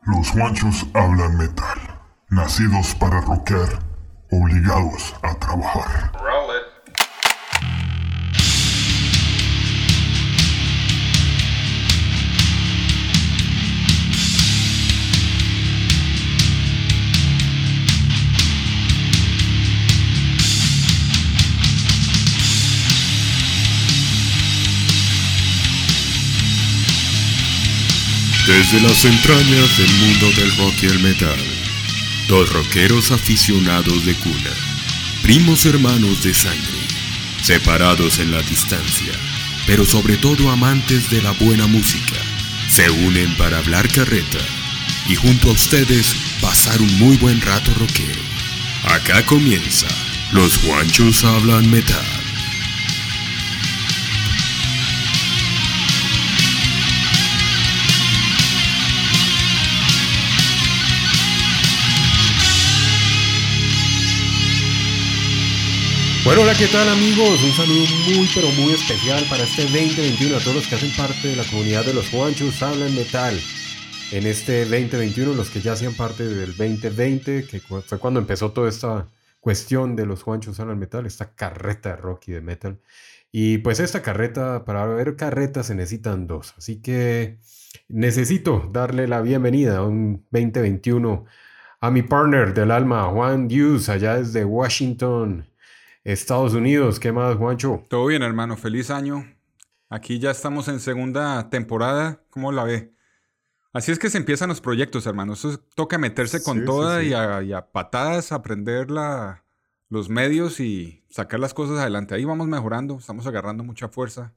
Los Juanchos hablan metal. Nacidos para rockear, obligados a trabajar. Roll it. Desde las entrañas del mundo del rock y el metal, dos rockeros aficionados de cuna, primos hermanos de sangre, separados en la distancia, pero sobre todo amantes de la buena música, se unen para hablar carreta y junto a ustedes pasar un muy buen rato rockero. Acá comienza Los Juanchos Hablan Metal. Bueno, hola, ¿qué tal amigos? Un saludo muy pero muy especial para este 2021 a todos los que hacen parte de la comunidad de los Juanchos Hablan Metal. En este 2021, los que ya hacían parte del 2020, que fue cuando empezó toda esta cuestión de los Juanchos Hablan Metal, esta carreta de rock y de metal. Y pues esta carreta, para ver carretas se necesitan dos. Así que necesito darle la bienvenida a un 2021 a mi partner del alma, Juan Diuz, allá desde Washington, Estados Unidos. ¿Qué más, Juancho? Todo bien, hermano. Feliz año. Aquí ya estamos en segunda temporada. ¿Cómo la ve? Así es que se empiezan los proyectos, hermano. Eso toca meterse con toda. Sí. Y a patadas aprender los medios y sacar las cosas adelante. Ahí vamos mejorando. Estamos agarrando mucha fuerza.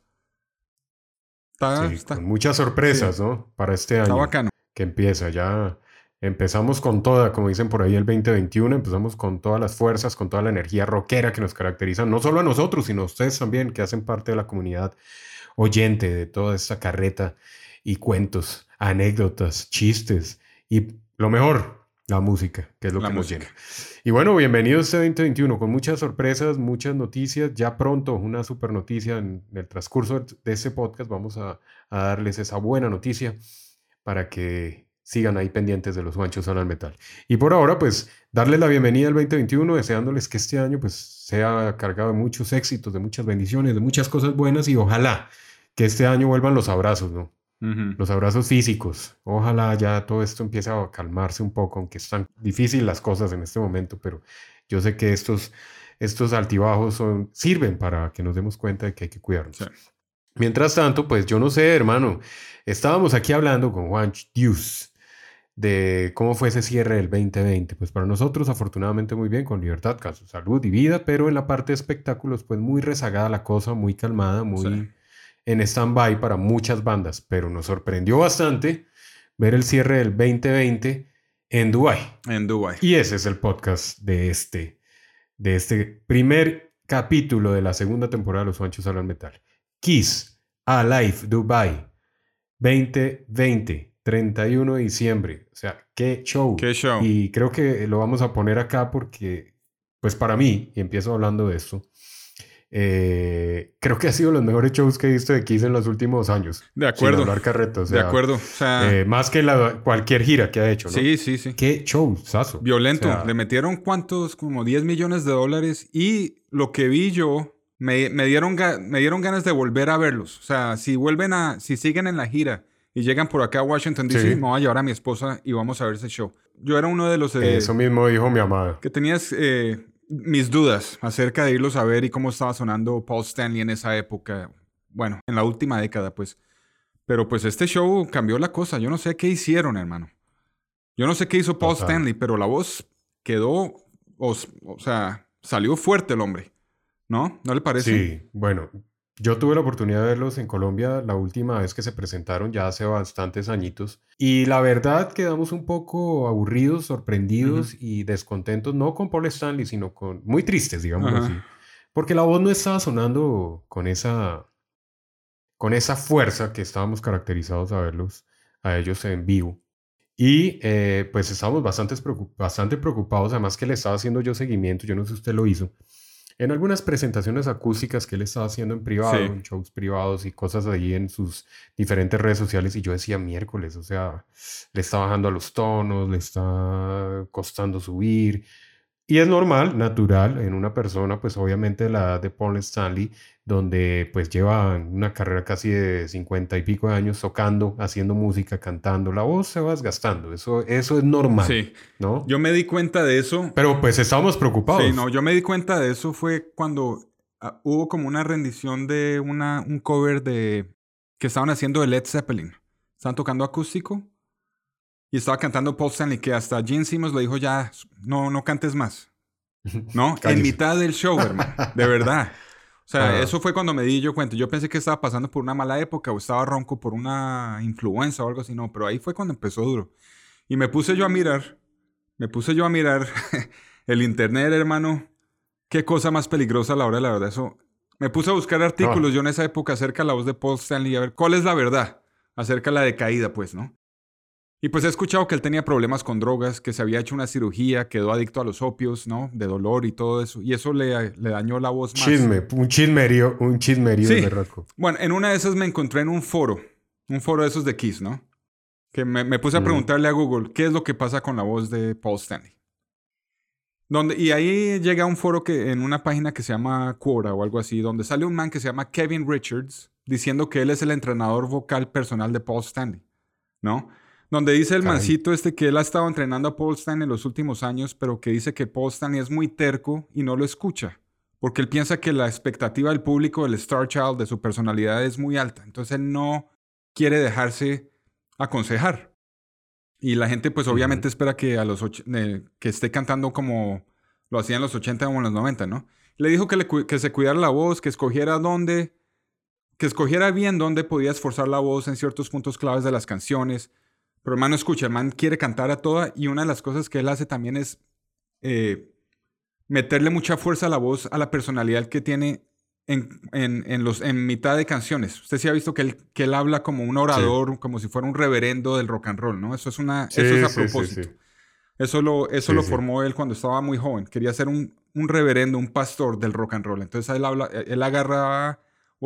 Con muchas sorpresas, sí, ¿no? Para este está año bacano. que empieza. Ya empezamos con toda, como dicen por ahí, el 2021. Empezamos con todas las fuerzas, con toda la energía rockera que nos caracteriza, no solo a nosotros, sino a ustedes también, que hacen parte de la comunidad oyente de toda esta carreta y cuentos, anécdotas, chistes y lo mejor, la música, que es lo La que nos música. llena. Y bueno, bienvenidos a este 2021 con muchas sorpresas, muchas noticias. Ya pronto una super noticia en el transcurso de este podcast. Vamos a darles esa buena noticia para que sigan ahí pendientes de los Juanchos Hablan Metal. Y por ahora, pues, darles la bienvenida al 2021, deseándoles que este año, pues, sea cargado de muchos éxitos, de muchas bendiciones, de muchas cosas buenas y ojalá que este año vuelvan los abrazos, ¿no? Ujú. Los abrazos físicos. Ojalá ya todo esto empiece a calmarse un poco, aunque están difíciles las cosas en este momento, pero yo sé que estos altibajos sirven para que nos demos cuenta de que hay que cuidarnos. Sí. Mientras tanto, pues yo no sé, hermano, estábamos aquí hablando con Juan Diuz de cómo fue ese cierre del 2020. Pues para nosotros, afortunadamente, muy bien, con libertad, caso, salud y vida, pero en la parte de espectáculos, pues muy rezagada la cosa, muy calmada, muy Sí. en stand-by para muchas bandas, pero nos sorprendió bastante ver el cierre del 2020 en Dubái. En Dubái. Y ese es el podcast de este primer capítulo de la segunda temporada de Los Juanchos Hablan Metal. Kiss Alive Dubai 2020, 31 de diciembre. O sea, qué show. Qué show. Y creo que lo vamos a poner acá porque, pues para mí, y empiezo hablando de esto, creo que ha sido los mejores shows que he visto de Kiss en los últimos años. De acuerdo. Sin hablar carreta, o sea, De acuerdo. O sea, más que cualquier gira que ha hecho, ¿no? sí. Qué showzazo. Violento. O sea, Le metieron ¿cuántos? Como 10 millones de dólares. Y lo que vi yo, me dieron ganas de volver a verlos. O sea, si siguen en la gira y llegan por acá a Washington DC, Sí. me voy a llevar a mi esposa y vamos a ver ese show. Yo era uno de los eso mismo dijo mi amada. que tenías mis dudas acerca de irlos a ver y cómo estaba sonando Paul Stanley en esa época. Bueno, en la última década, pues. Pero pues este show cambió la cosa. Yo no sé qué hicieron, hermano. Yo no sé qué hizo Paul Total. Stanley, pero la voz quedó, o sea, salió fuerte el hombre. ¿No? ¿No le parece? Sí, bueno, yo tuve la oportunidad de verlos en Colombia la última vez que se presentaron, ya hace bastantes añitos, y la verdad quedamos un poco aburridos, sorprendidos y descontentos, no con Paul Stanley, sino muy tristes, digámoslo Ajá. así, porque la voz no estaba sonando con esa fuerza que estábamos caracterizados a ellos en vivo. Y pues estábamos bastante preocupados, además que le estaba haciendo yo seguimiento, yo no sé si usted lo hizo, en algunas presentaciones acústicas que él estaba haciendo en privado, Sí. en shows privados y cosas allí en sus diferentes redes sociales. Y yo decía miércoles, o sea, le está bajando a los tonos, le está costando subir. Y es normal, natural, en una persona, pues obviamente la edad de Paul Stanley, donde pues lleva una carrera casi de 50 y pico de años tocando, haciendo música, cantando, la voz se va desgastando, eso es normal, Sí. ¿no? Yo me di cuenta de eso. Pero pues estábamos preocupados. Sí, no, yo me di cuenta de eso fue cuando hubo como una rendición de un cover que estaban haciendo de Led Zeppelin. Estaban tocando acústico y estaba cantando Paul Stanley, que hasta Gene Simmons le dijo ya, no cantes más. ¿No? En Cállese. mitad del show, hermano. De verdad. O sea, Ah. eso fue cuando me di yo cuenta. Yo pensé que estaba pasando por una mala época o estaba ronco por una influenza o algo así. No, pero ahí fue cuando empezó duro. Y me puse yo a mirar el internet, hermano. Qué cosa más peligrosa a la hora de la verdad. Eso. Me puse a buscar artículos yo en esa época acerca de la voz de Paul Stanley, a ver cuál es la verdad acerca de la decaída, pues, ¿no? Y pues he escuchado que él tenía problemas con drogas, que se había hecho una cirugía, quedó adicto a los opios, ¿no? De dolor y todo eso. Y eso le dañó la voz más. Un chismerío Sí. de berraco. Bueno, en una de esas me encontré en un foro de esos de Kiss, ¿no? Que me puse a preguntarle a Google qué es lo que pasa con la voz de Paul Stanley. Y ahí llega a un foro en una página que se llama Quora o algo así, donde sale un man que se llama Kevin Richards diciendo que él es el entrenador vocal personal de Paul Stanley, ¿no? Donde dice el Caray. mancito que él ha estado entrenando a Paul Stanley en los últimos años, pero que dice que Paul Stanley es muy terco y no lo escucha. Porque él piensa que la expectativa del público del Star Child, de su personalidad, es muy alta. Entonces él no quiere dejarse aconsejar. Y la gente pues obviamente espera que que esté cantando como lo hacía en los 80 o en los 90, ¿no? Le dijo que se cuidara la voz, que escogiera bien dónde podía esforzar la voz en ciertos puntos claves de las canciones. Pero el man no escucha, el man quiere cantar a toda y una de las cosas que él hace también es meterle mucha fuerza a la voz, a la personalidad que tiene en mitad de canciones. Usted sí ha visto que él habla como un orador, como si fuera un reverendo del rock and roll, ¿no? Eso es a propósito. Sí. Eso lo formó él cuando estaba muy joven. Quería ser un reverendo, un pastor del rock and roll. Entonces él agarraba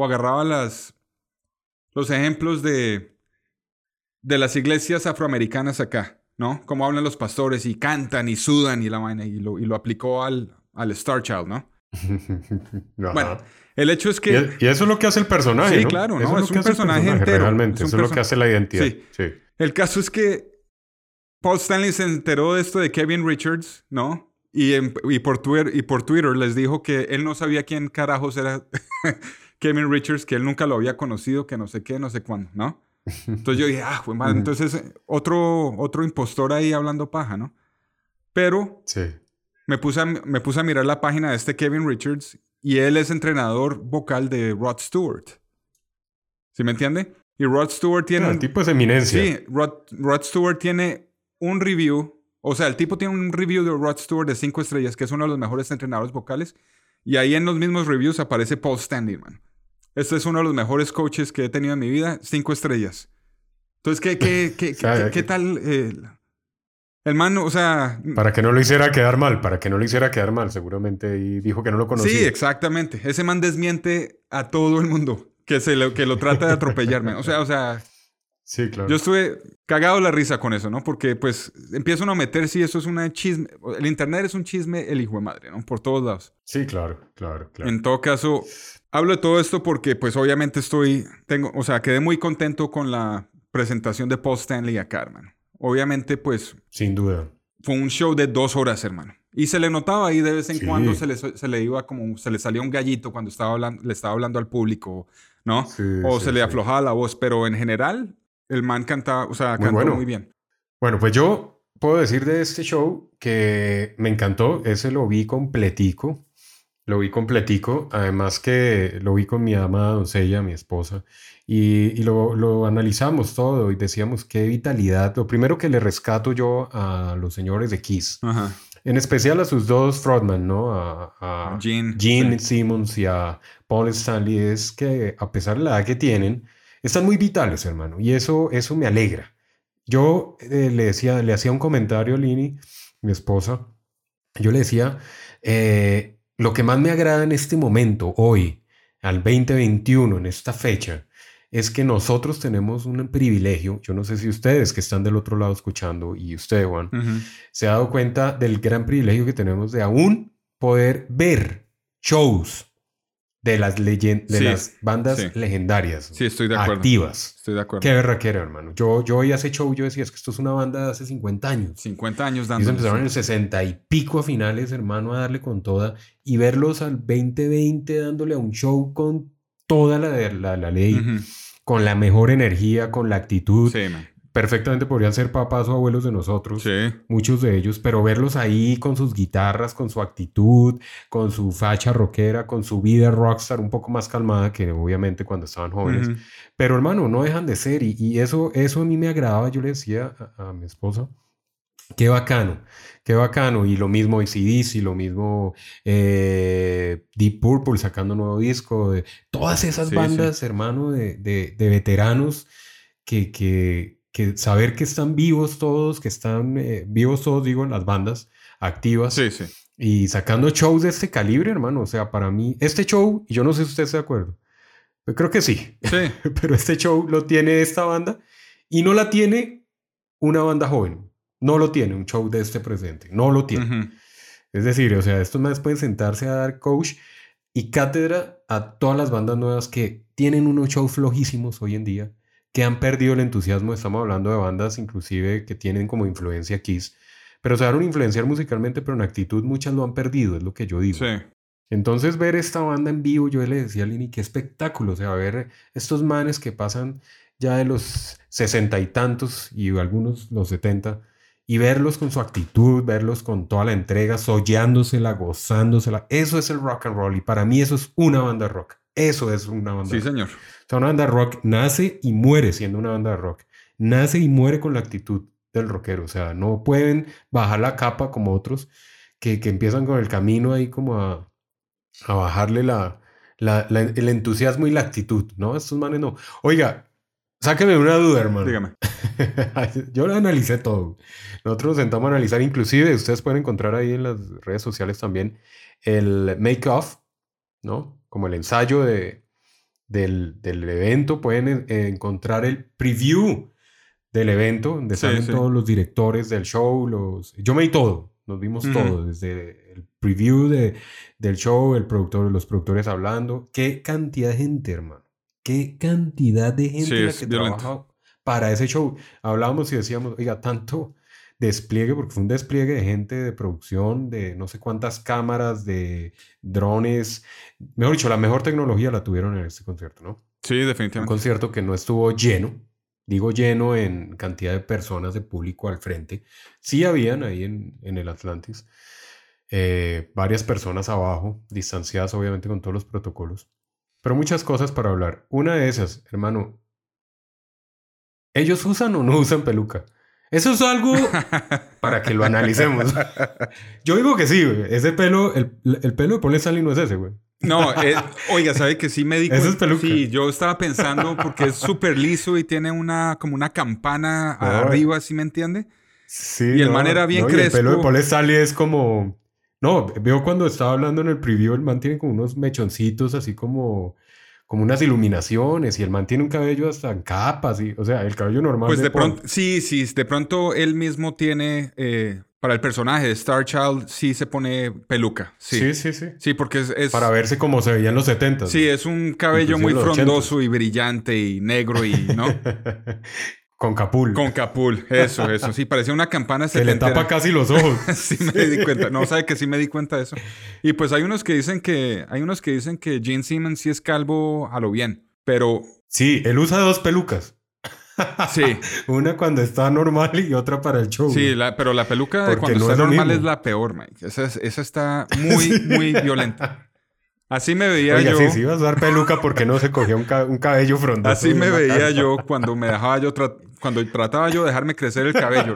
los ejemplos de las iglesias afroamericanas acá, ¿no? Cómo hablan los pastores y cantan y sudan y la vaina. Y lo aplicó al Star Child, ¿no? Ajá. Bueno, el hecho es que... Y eso es lo que hace el personaje, Sí, ¿no? claro, Eso ¿no? Es un personaje entero. Realmente, eso es lo que hace la identidad. Sí. El caso es que Paul Stanley se enteró de esto de Kevin Richards, ¿no? Y por Twitter les dijo que él no sabía quién carajos era Kevin Richards, que él nunca lo había conocido, que no sé qué, no sé cuándo, ¿no? Entonces yo dije, fue mal. Entonces otro impostor ahí hablando paja, ¿no? Pero Sí. me puse a mirar la página de este Kevin Richards y él es entrenador vocal de Rod Stewart. ¿Sí me entiende? Y Rod Stewart tiene... El tipo es eminencia. Sí, Rod Stewart tiene un review. O sea, el tipo tiene un review de Rod Stewart de 5 estrellas, que es uno de los mejores entrenadores vocales. Y ahí en los mismos reviews aparece Paul Stanley, man. Este es uno de los mejores coaches que he tenido en mi vida. 5 estrellas. Entonces, ¿qué tal? El man, o sea... Para que no lo hiciera quedar mal, seguramente. Y dijo que no lo conocía. Sí, exactamente. Ese man desmiente a todo el mundo que lo trata de atropellarme. O sea... Sí, claro. Yo estuve cagado la risa con eso, ¿no? Porque, pues, empieza uno a meter si eso es una chisme. El internet es un chisme, el hijo de madre, ¿no? Por todos lados. Sí, claro. En todo caso, hablo de todo esto porque, pues, obviamente quedé muy contento con la presentación de Paul Stanley acá, hermano. Obviamente, pues... Sin duda. Fue un show de 2 horas, hermano. Y se le notaba ahí de vez en Sí. cuando se le iba como... Se le salía un gallito cuando le estaba hablando al público, ¿no? Sí, o sí, se le sí. aflojaba la voz. Pero en general... El man cantaba, cantó bueno. muy bien. Bueno, pues yo puedo decir de este show que me encantó. Ese lo vi completico. Además que lo vi con mi amada doncella, mi esposa. Y lo analizamos todo y decíamos qué vitalidad. Lo primero que le rescato yo a los señores de Kiss. Ajá. En especial a sus dos frontman, ¿no? A Gene Simmons y a Paul Stanley. Es que a pesar de la edad que tienen... Están muy vitales, hermano, y eso me alegra. Yo le hacía un comentario a Lini, mi esposa. Yo le decía, lo que más me agrada en este momento, hoy, al 2021, en esta fecha, es que nosotros tenemos un privilegio. Yo no sé si ustedes que están del otro lado escuchando y usted, Juan, se ha dado cuenta del gran privilegio que tenemos de aún poder ver shows de las, las bandas legendarias. Sí, estoy de acuerdo. Activas. Estoy de acuerdo. Qué berraquera, hermano. Yo oía ese show, yo decía, es que esto es una banda de hace 50 años. 50 años Ellos dando. empezaron en el 60 y pico a finales, hermano, a darle con toda. Y verlos al 2020 dándole a un show con toda la ley, con la mejor energía, con la actitud. Sí, man. Perfectamente podrían ser papás o abuelos de nosotros, muchos de ellos, pero verlos ahí con sus guitarras, con su actitud, con su facha rockera, con su vida rockstar un poco más calmada que obviamente cuando estaban jóvenes. Pero hermano, no dejan de ser y eso a mí me agradaba. Yo le decía a mi esposa, qué bacano. Y lo mismo AC/DC, lo mismo Deep Purple sacando nuevo disco, todas esas bandas, hermano, de veteranos que saber que están vivos todos, digo, en las bandas activas. Y sacando shows de este calibre, hermano. O sea, para mí, este show, y yo no sé si usted está de acuerdo, yo creo que sí. Pero este show lo tiene esta banda y no la tiene una banda joven. No lo tiene un show de este presente. No lo tiene. Es decir, o sea, estos más pueden sentarse a dar coach y cátedra a todas las bandas nuevas que tienen unos shows flojísimos hoy en día, que han perdido el entusiasmo. Estamos hablando de bandas inclusive que tienen como influencia Kiss, pero se van a influenciar musicalmente, pero en actitud muchas lo han perdido, es lo que yo digo. Entonces ver esta banda en vivo, yo le decía a Lini, qué espectáculo, o sea, ver estos manes que pasan ya de los 60 y tantos y algunos los 70, y verlos con su actitud, verlos con toda la entrega, soñándosela, gozándosela, eso es el rock and roll, y para mí eso es una banda de rock. Eso es una banda de rock. Señor. O sea, una banda de rock nace y muere siendo una banda de rock. Nace y muere con la actitud del rockero. O sea, no pueden bajar la capa como otros que empiezan con el camino ahí como a bajarle el entusiasmo y la actitud, ¿no? Estos manes no. Oiga, sáqueme una duda, hermano. Dígame. Yo lo analicé todo. Nosotros nos sentamos a analizar, inclusive ustedes pueden encontrar ahí en las redes sociales también el make-off, ¿no? Como el ensayo del evento. Pueden encontrar el preview del evento, donde salen todos los directores del show. Yo me di todo, nos vimos todo, desde el preview del show, los productores hablando. Qué cantidad de gente, hermano. Qué cantidad de gente la que trabaja para ese show. Hablábamos y decíamos, oiga, tanto despliegue, porque fue un despliegue de gente, de producción, de no sé cuántas cámaras, de drones. Mejor dicho, la mejor tecnología la tuvieron en este concierto, ¿no? Sí, definitivamente. Un concierto que no estuvo lleno. Digo lleno en cantidad de personas, de público al frente. Sí habían ahí en el Atlantis varias personas abajo, distanciadas obviamente con todos los protocolos. Pero muchas cosas para hablar. Una de esas, hermano, ¿ellos usan o no usan peluca? Eso es algo para que lo analicemos. Yo digo que sí, güey. Ese pelo, el pelo de Paul Stanley no es ese, güey. No, oiga, ¿sabe que sí me di cuenta? Eso es peluca. Sí, yo estaba pensando porque es súper liso y tiene como una campana arriba, ¿sí me entiende? Sí. Y el man era bien crespo. Y el pelo de Paul Stanley es como... No, veo cuando estaba hablando en el preview, el man tiene como unos mechoncitos así como unas iluminaciones, y el man tiene un cabello hasta en capas, o sea, el cabello normal. Pues de pronto, sí, de pronto él mismo tiene, para el personaje de Star Child, sí se pone peluca. Sí, Sí, porque es... Para verse como se veía en los 70. Sí, es un cabello muy frondoso y brillante y negro y, ¿no? Con capul. Con capul, eso. Sí, parecía una campana setentera. Que le tapa casi los ojos. Sí, me di cuenta. No, sabe que sí me di cuenta de eso. Y pues hay unos que dicen que Gene Simmons sí es calvo a lo bien, pero... Sí, él usa dos pelucas. Sí. Una cuando está normal y otra para el show. Sí, pero la peluca de cuando está normal es la peor, Mike. Esa está muy, muy violenta. Así me veía yo. Sí, vas a usar peluca porque no se cogía un cabello frondoso. Así me veía yo cuando me dejaba cuando trataba yo de dejarme crecer el cabello.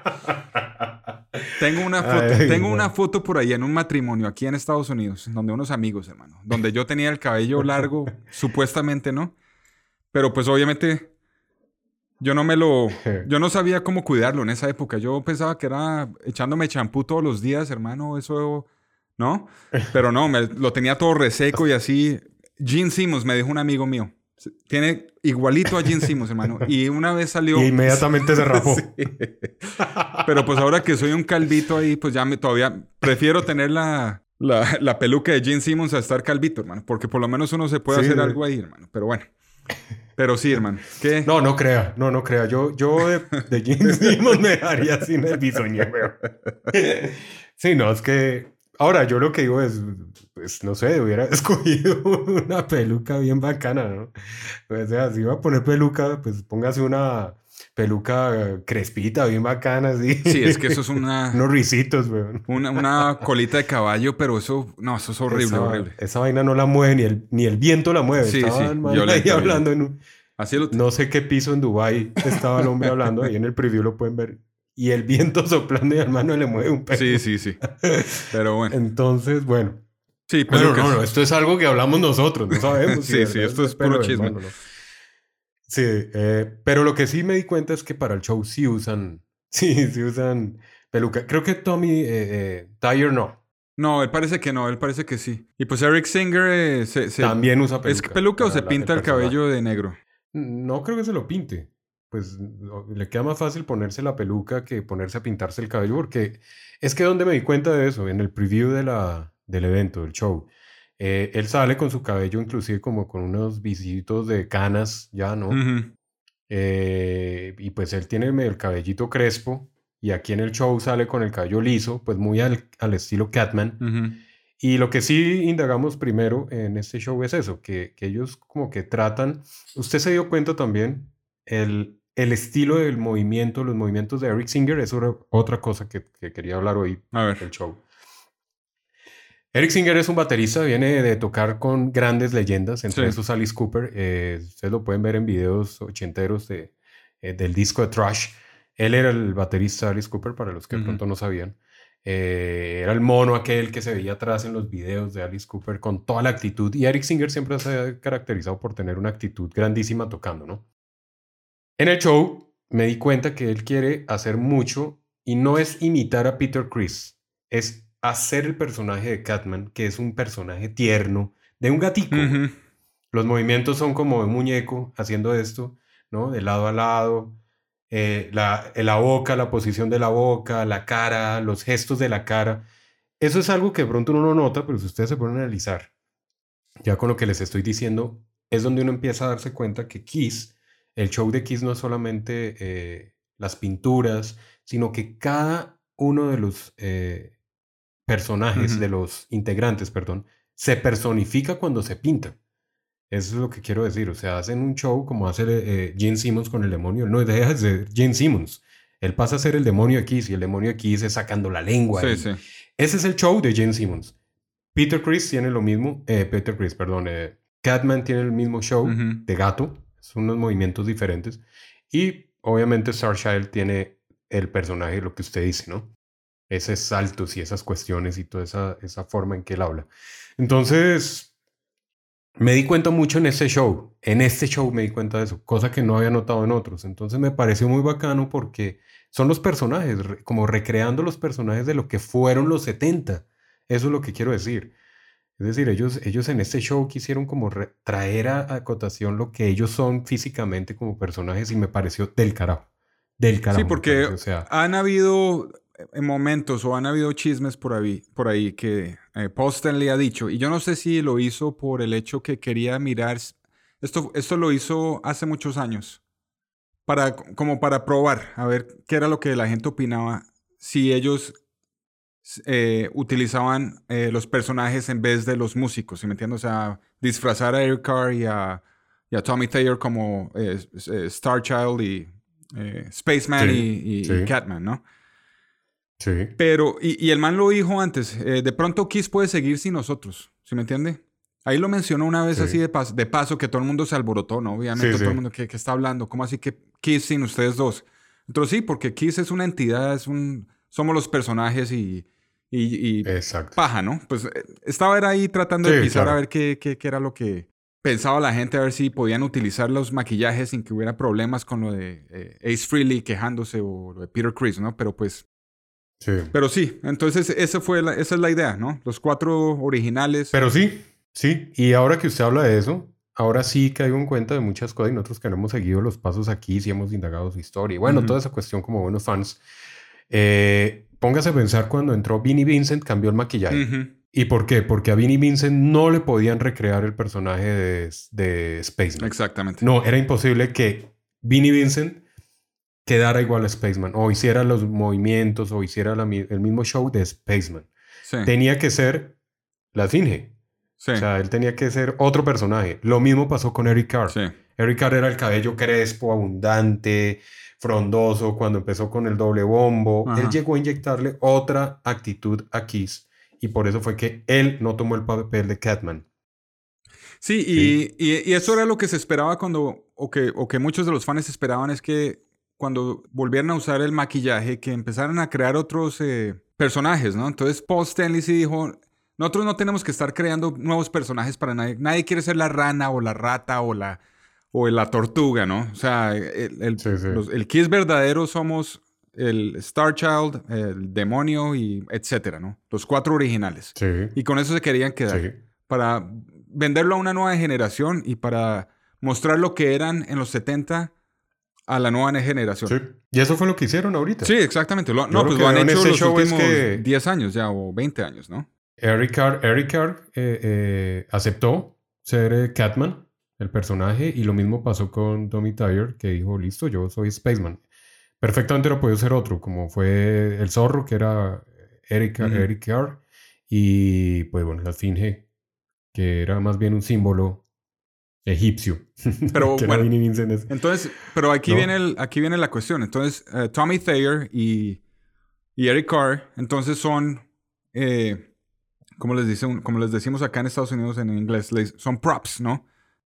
Tengo una foto por ahí en un matrimonio aquí en Estados Unidos, donde unos amigos, hermano, donde yo tenía el cabello largo, supuestamente, ¿no? Pero pues obviamente yo no sabía cómo cuidarlo en esa época. Yo pensaba que era echándome champú todos los días, hermano. Eso ¿no? Pero no, lo tenía todo reseco y así. Gene Simmons, me dijo un amigo mío. Tiene igualito a Gene Simmons, hermano. Y una vez salió... Y inmediatamente se rapó. Sí. Pero pues ahora que soy un calvito ahí, pues ya todavía prefiero tener la peluca de Gene Simmons a estar calvito, hermano. Porque por lo menos uno se puede hacer algo ahí, hermano. Pero bueno. Pero sí, hermano. ¿Qué? No crea. Yo de Gene Simmons me dejaría sin el bisoñé, weón. Sí, no, es que... Ahora, yo lo que digo es, pues, no sé, hubiera escogido una peluca bien bacana, ¿no? O sea, si iba a poner peluca, pues póngase una peluca crespita, bien bacana, así. Sí, es que eso es una... Unos risitos, weón. Una colita de caballo, pero eso... No, eso es horrible, horrible. Esa vaina no la mueve, ni el viento la mueve. Sí, Estaban sí. ahí hablando en un... Así No sé qué piso en Dubái estaba el hombre hablando, ahí en el preview lo pueden ver. Y el viento soplando y al mano le mueve un pelo. Sí. Pero bueno. Entonces, bueno. Sí, pero no, esto es algo que hablamos nosotros, no sabemos. Sí, esto es puro chisme. Hermano, ¿no? Sí, pero lo que sí me di cuenta es que para el show sí usan peluca. Creo que Tommy Tyre no. No, él parece que no, él parece que sí. Y pues Eric Singer también usa peluca. ¿Es peluca o se pinta el cabello de negro? No creo que se lo pinte. Pues le queda más fácil ponerse la peluca que ponerse a pintarse el cabello, porque es que donde me di cuenta de eso, en el preview del evento, del show, él sale con su cabello inclusive como con unos visitos de canas, ya, ¿no? Uh-huh. Y pues él tiene el cabellito crespo, y aquí en el show sale con el cabello liso, pues muy al estilo Catman. Uh-huh. Y lo que sí indagamos primero en este show es eso, que ellos como que tratan, usted se dio cuenta también, el estilo del movimiento, los movimientos de Eric Singer, eso era otra cosa que quería hablar hoy del show. Eric Singer es un baterista, viene de tocar con grandes leyendas, entre esos Alice Cooper. Ustedes lo pueden ver en videos ochenteros del disco de Thrash. Él era el baterista de Alice Cooper, para los que de pronto no sabían. Era el mono aquel que se veía atrás en los videos de Alice Cooper con toda la actitud. Y Eric Singer siempre se ha caracterizado por tener una actitud grandísima tocando, ¿no? En el show me di cuenta que él quiere hacer mucho y no es imitar a Peter Criss, es hacer el personaje de Catman, que es un personaje tierno, de un gatico. Uh-huh. Los movimientos son como de muñeco haciendo esto, ¿no? De lado a lado, la boca, la posición de la boca, la cara, los gestos de la cara. Eso es algo que de pronto uno no nota, pero si ustedes se ponen a analizar, ya con lo que les estoy diciendo, es donde uno empieza a darse cuenta que Kiss... El show de Kiss no es solamente las pinturas, sino que cada uno de los personajes, de los integrantes, se personifica cuando se pinta. Eso es lo que quiero decir. O sea, hacen un show como hace Gene Simmons con el demonio. Él no deja de ser Gene Simmons. Él pasa a ser el demonio de Kiss y el demonio de Kiss es sacando la lengua. Sí. Ese es el show de Gene Simmons. Peter Criss tiene lo mismo. Catman tiene el mismo show de gato. Son unos movimientos diferentes. Y obviamente Starchild tiene el personaje, lo que usted dice, ¿no? Esos saltos y esas cuestiones y toda esa forma en que él habla. Entonces, me di cuenta mucho en este show. En este show me di cuenta de eso, cosa que no había notado en otros. Entonces me pareció muy bacano porque son los personajes, como recreando los personajes de lo que fueron los 70. Eso es lo que quiero decir. Es decir, ellos en este show quisieron como traer a cotación lo que ellos son físicamente como personajes y me pareció del carajo. Del carajo. Sí, porque han habido momentos o han habido chismes por ahí que Paul Stanley ha dicho, y yo no sé si lo hizo por el hecho que quería mirar, esto lo hizo hace muchos años, como para probar, a ver qué era lo que la gente opinaba, si ellos... utilizaban los personajes en vez de los músicos, ¿sí me entiendes? O sea, disfrazar a Eric Carr y a Tommy Thayer como Starchild y Spaceman y Catman, ¿no? Sí. Pero, y el man lo dijo antes, de pronto Kiss puede seguir sin nosotros, ¿sí me entiende? Ahí lo mencionó una vez así de paso que todo el mundo se alborotó, ¿no? Obviamente todo el mundo que está hablando, ¿cómo así que Kiss sin ustedes dos? Entonces sí, porque Kiss es una entidad, somos los personajes y paja, ¿no? Pues estaba ahí tratando de pisar a ver qué era lo que pensaba la gente, a ver si podían utilizar los maquillajes sin que hubiera problemas con lo de Ace Frehley quejándose o lo de Peter Criss, ¿no? Pero pues Sí. Pero sí, entonces esa es la idea, ¿no? Los 4 originales. Pero sí. Y ahora que usted habla de eso, ahora sí caigo en cuenta de muchas cosas y nosotros que no hemos seguido los pasos aquí, sí hemos indagado su historia. Y bueno, toda esa cuestión como buenos fans. Póngase a pensar cuando entró Vinnie Vincent, cambió el maquillaje. ¿Y por qué? Porque a Vinnie Vincent no le podían recrear el personaje de Spaceman. Exactamente. No, era imposible que Vinnie Vincent quedara igual a Spaceman o hiciera los movimientos o hiciera el mismo show de Spaceman. Sí. Tenía que ser la Esfinge. Sí. O sea, él tenía que ser otro personaje. Lo mismo pasó con Eric Carr. Sí. Eric Carr era el cabello crespo, abundante, frondoso, cuando empezó con el doble bombo. Ajá. Él llegó a inyectarle otra actitud a Kiss y por eso fue que él no tomó el papel de Catman. Sí, y eso era lo que se esperaba o que muchos de los fans esperaban, es que cuando volvieran a usar el maquillaje, que empezaran a crear otros personajes, ¿no? Entonces Paul Stanley sí dijo, nosotros no tenemos que estar creando nuevos personajes para nadie. Nadie quiere ser la rana o la rata o la tortuga, ¿no? O sea, el Kiss verdadero somos el Star Child, el demonio y etcétera, ¿no? Los 4 originales. Sí. Y con eso se querían quedar. Sí. Para venderlo a una nueva generación y para mostrar lo que eran en los 70 a la nueva generación. Sí. Y eso fue lo que hicieron ahorita. Sí, exactamente. Lo han hecho los últimos 10 años ya o 20 años, ¿no? Eric Carr aceptó ser Catman, el personaje, y lo mismo pasó con Tommy Tyer, que dijo, listo, yo soy Spaceman. Perfectamente lo podía ser otro, como fue el Zorro, que era Eric Carr, y pues bueno, la Esfinge, que era más bien un símbolo egipcio. Pero que bueno, entonces, pero aquí viene la cuestión. Entonces, Tommy Thayer y Eric Carr, entonces son, como les decimos acá en Estados Unidos en inglés, son props, ¿no?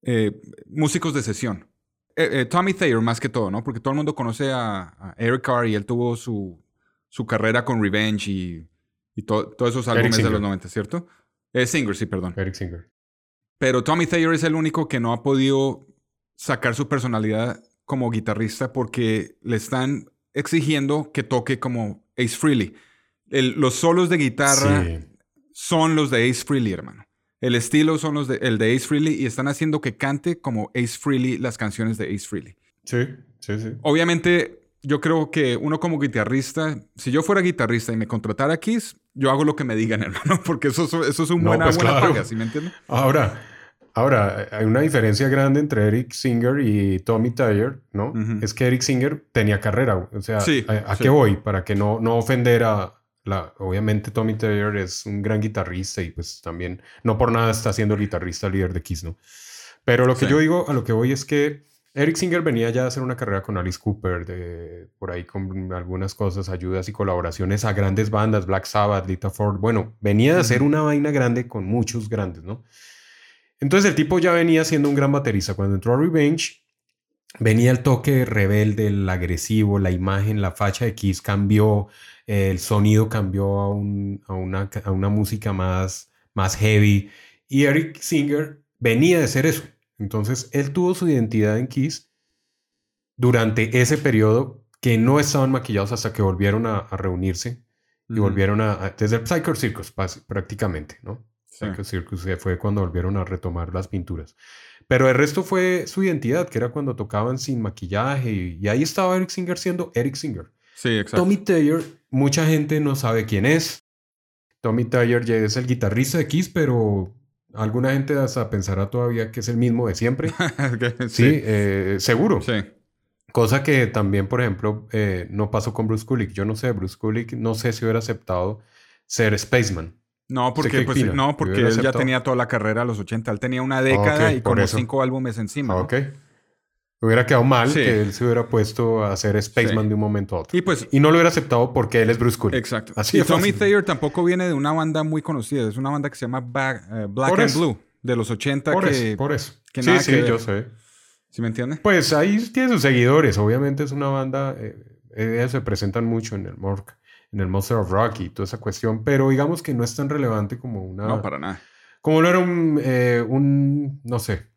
Músicos de sesión. Tommy Thayer más que todo, ¿no? Porque todo el mundo conoce a Eric Carr y él tuvo su carrera con Revenge y todos esos álbumes de los 90, ¿cierto? Singer, sí, perdón. Eric Singer. Pero Tommy Thayer es el único que no ha podido sacar su personalidad como guitarrista porque le están exigiendo que toque como Ace Frehley. Los solos de guitarra son los de Ace Frehley, hermano. El estilo son el de Ace Frehley y están haciendo que cante como Ace Frehley las canciones de Ace Frehley. Sí. Obviamente, yo creo que uno como guitarrista, si yo fuera guitarrista y me contratara a Kiss, yo hago lo que me digan, hermano, porque eso es una buena paga, ¿sí me entiendes? Ahora, hay una diferencia grande entre Eric Singer y Tommy Thayer, ¿no? Es que Eric Singer tenía carrera. O sea, ¿a qué voy? Para que no ofender obviamente Tommy Thayer es un gran guitarrista y pues también no por nada está siendo el guitarrista líder de Kiss, ¿no? Pero lo que yo digo, a lo que voy es que Eric Singer venía ya a hacer una carrera con Alice Cooper, por ahí con algunas cosas, ayudas y colaboraciones a grandes bandas, Black Sabbath, Lita Ford. Bueno, venía de hacer una vaina grande con muchos grandes, ¿no? Entonces el tipo ya venía siendo un gran baterista. Cuando entró a Revenge, venía el toque rebelde, el agresivo, la imagen, la facha de Kiss cambió, el sonido cambió a una música más heavy. Y Eric Singer venía de ser eso. Entonces él tuvo su identidad en Kiss durante ese periodo que no estaban maquillados hasta que volvieron a reunirse y volvieron desde el Psycho Circus prácticamente, ¿no? Psycho Circus fue cuando volvieron a retomar las pinturas. Pero el resto fue su identidad, que era cuando tocaban sin maquillaje. Y ahí estaba Eric Singer siendo Eric Singer. Sí, exacto. Tommy Thayer, mucha gente no sabe quién es. Tommy Thayer ya es el guitarrista de Kiss, pero alguna gente hasta pensará todavía que es el mismo de siempre. Sí, seguro. Sí. Cosa que también, por ejemplo, no pasó con Bruce Kulick. Yo no sé, Bruce Kulick no sé si hubiera aceptado ser Spaceman. No, porque él ya tenía toda la carrera a los 80. Él tenía una década y como 5 álbumes encima. Ok. Hubiera quedado mal que él se hubiera puesto a hacer Spaceman de un momento a otro. Y no lo hubiera aceptado porque él es Bruce Kulick. Exacto. Así y Tommy Thayer tampoco viene de una banda muy conocida. Es una banda que se llama Black and Blue, de los 80. Por eso. Que sí, yo sé. ¿Sí me entiendes? Pues ahí tiene sus seguidores. Obviamente es una banda... ellas se presentan mucho en el Monster of Rock y toda esa cuestión, pero digamos que no es tan relevante como una... No, para nada. Como lo era un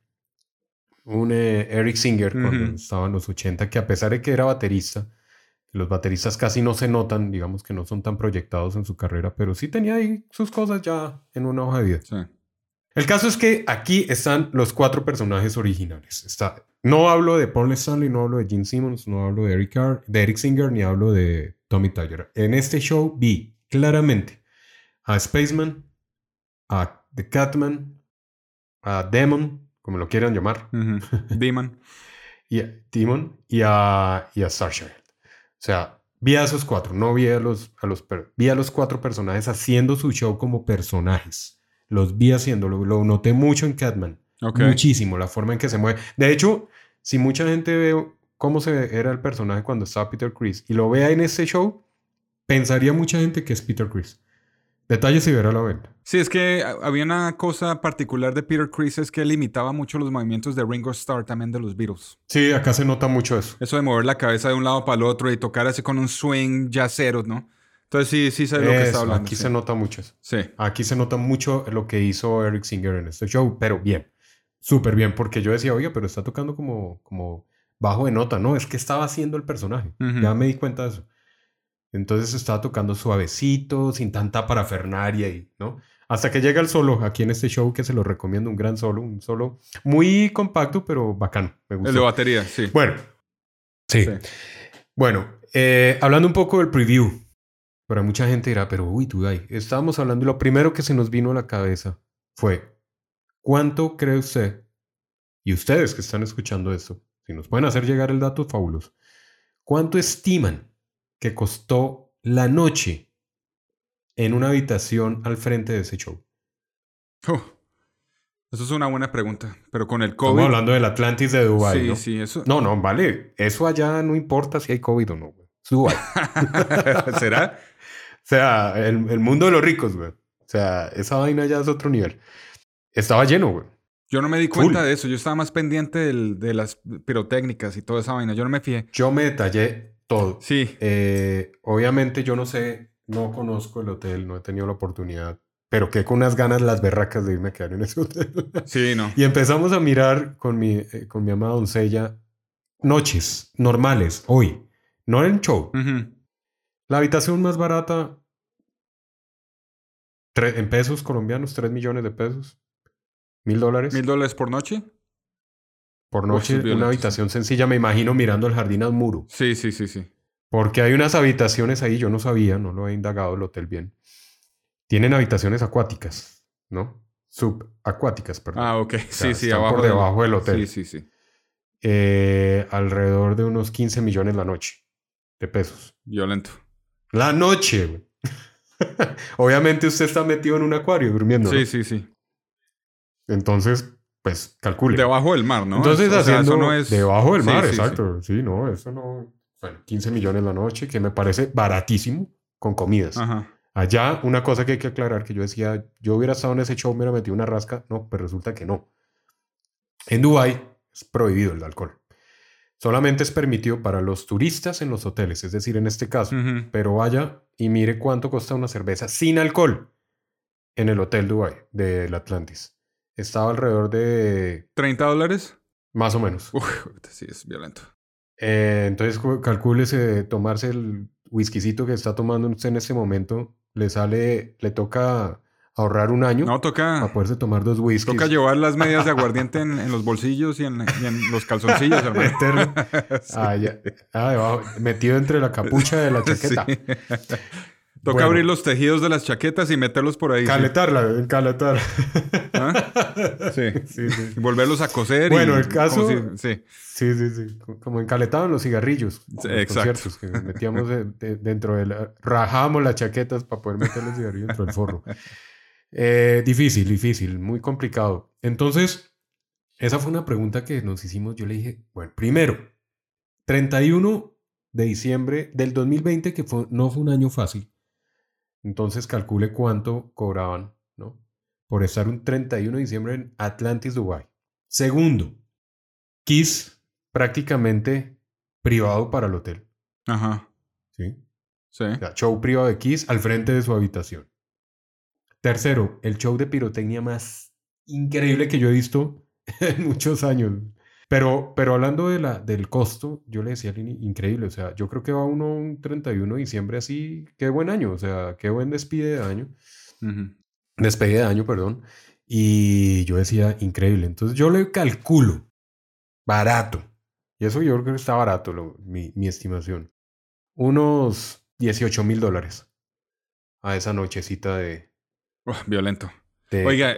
Eric Singer cuando estaba en los 80, que a pesar de que era baterista, Los bateristas casi no se notan, digamos que no son tan proyectados en su carrera, pero sí tenía ahí sus cosas ya en una hoja de vida. Sí. El caso es que aquí están los 4 personajes originales. No hablo de Paul Stanley, no hablo de Gene Simmons, no hablo de Eric Singer, ni hablo de Tommy Tyler. En este show vi claramente a Spaceman, a The Catman, a Demon, como lo quieran llamar, Demon. y a Starchild. O sea, vi a esos 4, no vi vi a los 4 personajes haciendo su show como personajes. Los vi haciéndolo, lo noté mucho en Catman. Okay. Muchísimo, la forma en que se mueve. De hecho, si mucha gente ve cómo era el personaje cuando estaba Peter Criss y lo vea en este show, pensaría mucha gente que es Peter Criss. Detalles y verá la venta. Sí, es que había una cosa particular de Peter Criss, es que él imitaba mucho los movimientos de Ringo Starr también de los Beatles. Sí, acá se nota mucho eso. Eso de mover la cabeza de un lado para el otro y tocar así con un swing jazzero, ¿no? Entonces sí sé lo que está hablando. Aquí sí. se nota mucho eso. Sí. Aquí se nota mucho lo que hizo Eric Singer en este show, pero bien. Súper bien, porque yo decía, oye, pero está tocando como bajo de nota. No, es que estaba haciendo el personaje. Ya me di cuenta de eso. Entonces estaba tocando suavecito, sin tanta parafernaria, ¿no? Hasta que llega el solo aquí en este show, que se lo recomiendo, un gran solo, un solo muy compacto, pero bacano. Me gustó. El de batería, sí. Bueno, sí. Bueno, hablando un poco del preview, para mucha gente dirá, pero uy, Tudai, estábamos hablando y lo primero que se nos vino a la cabeza fue, ¿cuánto cree usted? Y ustedes que están escuchando esto, si nos pueden hacer llegar el dato, fabuloso. ¿Cuánto estiman que costó la noche en una habitación al frente de ese show? Eso es una buena pregunta, pero con el COVID... Estamos hablando del Atlantis de Dubái, sí, ¿no? Sí, eso... No, vale. Eso allá no importa si hay COVID o no. Es Dubái. ¿Será? O sea, el mundo de los ricos, güey. O sea, esa vaina ya es otro nivel. Estaba lleno, güey. Yo no me di cuenta de eso. Yo estaba más pendiente de las pirotécnicas y toda esa vaina. Yo no me fijé. Yo me detallé todo. Sí. Obviamente yo no sé, no conozco el hotel, no he tenido la oportunidad, pero quedé con unas ganas las berracas de irme a quedar en ese hotel. Sí, no. Y empezamos a mirar con mi amada doncella noches normales, hoy, no en show. La habitación más barata, en pesos colombianos, 3 millones de pesos. $1,000. $1,000 por noche. Por noche, una habitación sencilla, me imagino mirando el jardín al muro. Sí. Porque hay unas habitaciones ahí, yo no sabía, no lo he indagado el hotel bien. Tienen habitaciones acuáticas, ¿no? Subacuáticas, perdón. Ah, ok. Sí, están abajo por debajo del hotel. Sí. Alrededor de unos 15 millones la noche de pesos. Violento. La noche, güey. Obviamente usted está metido en un acuario durmiendo, ¿no? Sí. Entonces, pues, calcule. Debajo del mar, ¿no? Entonces, haciendo eso no es... debajo del mar, sí, exacto. Sí, no, eso no... Bueno, 15 millones la noche, que me parece baratísimo con comidas. Ajá. Allá, una cosa que hay que aclarar, que yo decía, yo hubiera estado en ese show, me hubiera metido una rasca. No, pues resulta que no. En Dubái es prohibido el alcohol. Solamente es permitido para los turistas en los hoteles, es decir, en este caso. Pero vaya y mire cuánto cuesta una cerveza sin alcohol en el Hotel Dubái del Atlantis. Estaba alrededor de... ¿$30? Más o menos. Uf, sí, es violento. Entonces, calcúlese tomarse el whiskycito que está tomando usted en este momento. Le toca ahorrar un año. No, toca... Para poderse tomar 2 whiskies. Toca llevar las medias de aguardiente en los bolsillos y en los calzoncillos, hermano. Sí. Debajo, metido entre la capucha de la chaqueta. Sí. Toca abrir los tejidos de las chaquetas y meterlos por ahí. Caletar. ¿Ah? Sí. Y volverlos a coser. Bueno, el caso... Sí. Como encaletaban los cigarrillos. Exacto. Que metíamos dentro de rajábamos las chaquetas para poder meter los cigarrillos dentro del forro. Difícil. Muy complicado. Entonces, esa fue una pregunta que nos hicimos. Yo le dije, bueno, primero, 31 de diciembre del 2020, que no fue un año fácil. Entonces calcule cuánto cobraban, ¿no? Por estar un 31 de diciembre en Atlantis, Dubái. Segundo, Kiss prácticamente privado para el hotel. Ajá. ¿Sí? Sí. O sea, show privado de Kiss al frente de su habitación. Tercero, el show de pirotecnia más increíble que yo he visto en muchos años. Pero hablando del costo, yo le decía a Lini, increíble, o sea, yo creo que va uno un 31 de diciembre así, qué buen año, o sea, qué buen despedida de año, perdón, y yo decía, increíble, entonces yo le calculo, barato, y eso yo creo que está barato, mi estimación, unos $18,000 a esa nochecita Violento. de... Oiga,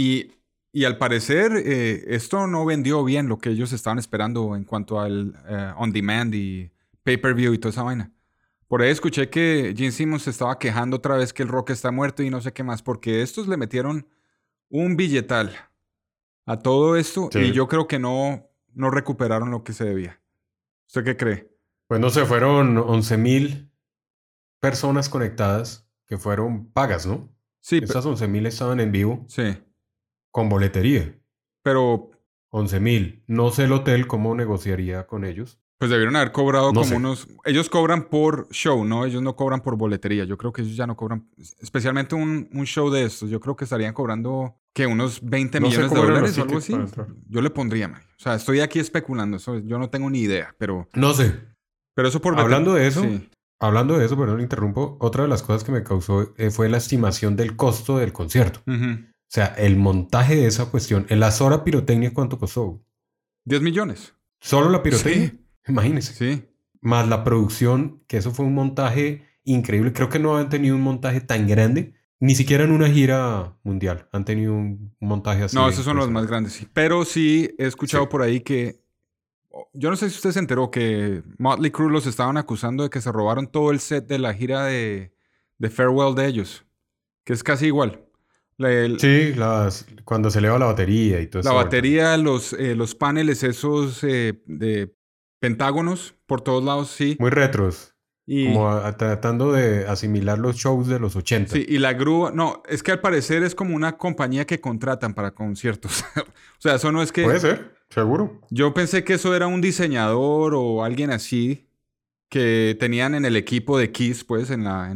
y al parecer esto no vendió bien lo que ellos estaban esperando en cuanto al on demand y pay-per-view y toda esa vaina. Por ahí escuché que Gene Simmons se estaba quejando otra vez que el Rock está muerto y no sé qué más, porque estos le metieron un billetal a todo esto Sí. y yo creo que no recuperaron lo que se debía. ¿Usted qué cree? Pues no sé, fueron 11,000 personas conectadas que fueron pagas, ¿no? Sí, Estas 11,000 estaban en vivo sí, con boletería. pero 11,000. No sé el hotel cómo negociaría con ellos. pues debieron haber cobrado No como sé. unos... Ellos cobran por show, ¿no? Ellos no cobran por boletería. Yo creo que ellos ya no cobran... Especialmente un show de estos. Yo creo que estarían cobrando, ¿qué? Unos 20 No sé millones de cómo eran dólares los o algo tickets así. para entrar. Yo le pondría, man. O sea, estoy aquí especulando. Yo no tengo ni idea, pero No sé. eso por... Hablando de eso, Sí. perdón, interrumpo. Otra de las cosas que me causó fue la estimación del costo del concierto. Ujú. O sea, el montaje de esa cuestión. En la sola pirotecnia, ¿cuánto costó? 10 millones. Solo la pirotecnia. Sí. Imagínense. Sí. Más la producción, que eso fue un montaje increíble. Creo que no han tenido un montaje tan grande, ni siquiera en una gira mundial. Han tenido un montaje así. No, de esos son los más impresionante. grandes, sí. Pero sí he escuchado Sí. por ahí que... Yo no sé si usted se enteró que Motley Crue los estaban acusando de que se robaron todo el set de la gira de Farewell de ellos. Que es casi igual. Sí, cuando se eleva la batería y todo eso. La batería, los paneles esos de pentágonos por todos lados, sí. Muy retros. Y, Como tratando de asimilar los shows de los 80. sí, y la grúa... No, es que al parecer es como una compañía que contratan para conciertos. O sea, eso no es que... Puede ser, seguro. Yo pensé que eso era un diseñador o alguien así que tenían en el equipo de Kiss, pues, en la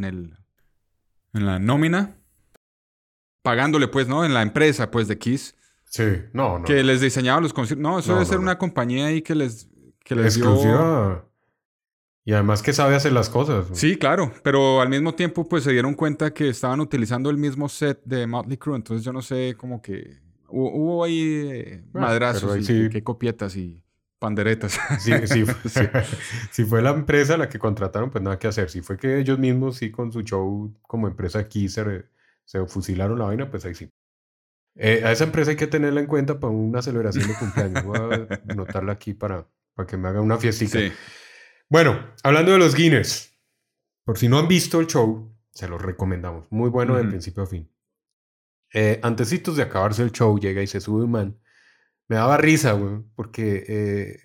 nómina. Pagándole, pues, ¿no? En la empresa, pues, de Kiss. Sí, no. Que les diseñaba los conciertos. No, eso No, debe ser no. una compañía ahí que les dio... Exclusiva. Y además que sabe hacer las cosas. Sí, claro. Pero al mismo tiempo, pues, se dieron cuenta que estaban utilizando el mismo set de Motley Crue. Entonces, yo no sé, como que... Hubo ahí madrazos pero ahí y sí. qué copietas y panderetas. Sí. Si fue la empresa la que contrataron, pues nada que hacer. Si fue que ellos mismos, sí, con su show como empresa aquí se fusilaron la vaina, pues ahí sí. A esa empresa hay que tenerla en cuenta para una celebración de cumpleaños. Voy a anotarla aquí para que me haga una fiestica. Sí. Bueno, hablando de los Guinness, por si no han visto el show, se los recomendamos. Muy bueno de principio a fin. Antecitos de acabarse el show, llega y se sube un man. Me daba risa, güey, porque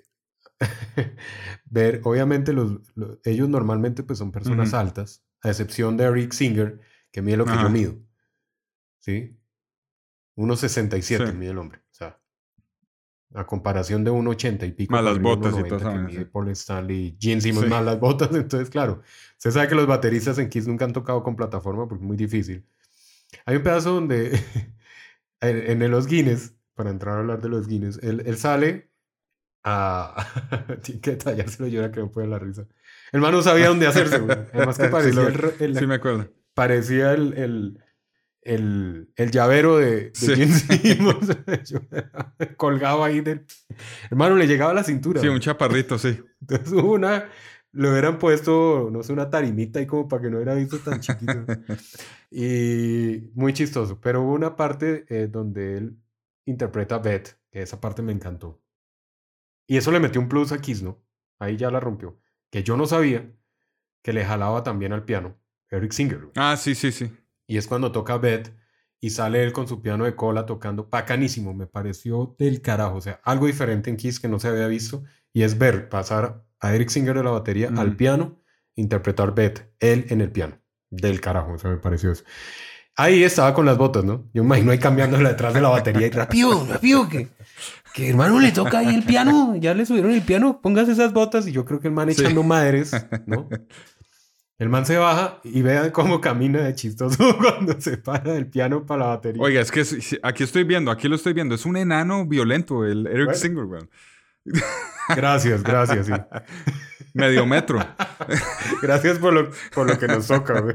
ver, obviamente ellos normalmente pues son personas altas, a excepción de Eric Singer, que mide lo que yo mido. ¿Sí? 1,67 Sí. mide el hombre. O sea, a comparación de 1,80 y pico. Más las para arriba, botas y 1,90 todo eso. que mide Paul Stanley, Gene Simmons Sí. más las botas. Entonces, claro, usted sabe que los bateristas en Kiss nunca han tocado con plataforma porque es muy difícil. Hay un pedazo donde en los Guinness, para entrar a hablar de los Guinness, él sale a... Tiene que detallárselo yo ahora que no puede la risa. El man no sabía dónde hacerse, güey. Además que parecía Sí, me acuerdo. parecía el llavero de Sí. Gene Simmons. Colgado ahí del... Hermano, le llegaba a la cintura. Sí, güey. un chaparrito, sí. Entonces le hubieran puesto, no sé, una tarimita ahí como para que no hubiera visto tan chiquito. Y muy chistoso. Pero hubo una parte donde él interpreta a Beth, que esa parte me encantó. Y eso le metió un plus a Kiss, ¿no? Ahí ya la rompió. Que yo no sabía que le jalaba también al piano Eric Singer. Ah, sí. Y es cuando toca Beth y sale él con su piano de cola tocando. Bacanísimo, me pareció del carajo. O sea, algo diferente en Kiss que no se había visto. Y es ver pasar a Eric Singer de la batería al piano, interpretar Beth, él en el piano. Del carajo, o sea, me pareció eso. Ahí estaba con las botas, ¿no? Yo me imagino ahí cambiándola detrás de la batería y rápido, que hermano le toca ahí el piano, ya le subieron el piano, póngase esas botas. Y yo creo que el man echando madres, ¿no? El man se baja y vean cómo camina de chistoso cuando se para del piano para la batería. Oiga, es que aquí lo estoy viendo. Es un enano violento, el Eric Singer, güey. Gracias, sí. Medio metro. Gracias por lo que nos toca, güey.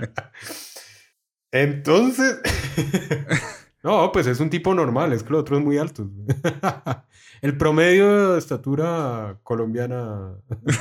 Entonces... No, pues es un tipo normal, es que los otros muy altos. El promedio de estatura colombiana.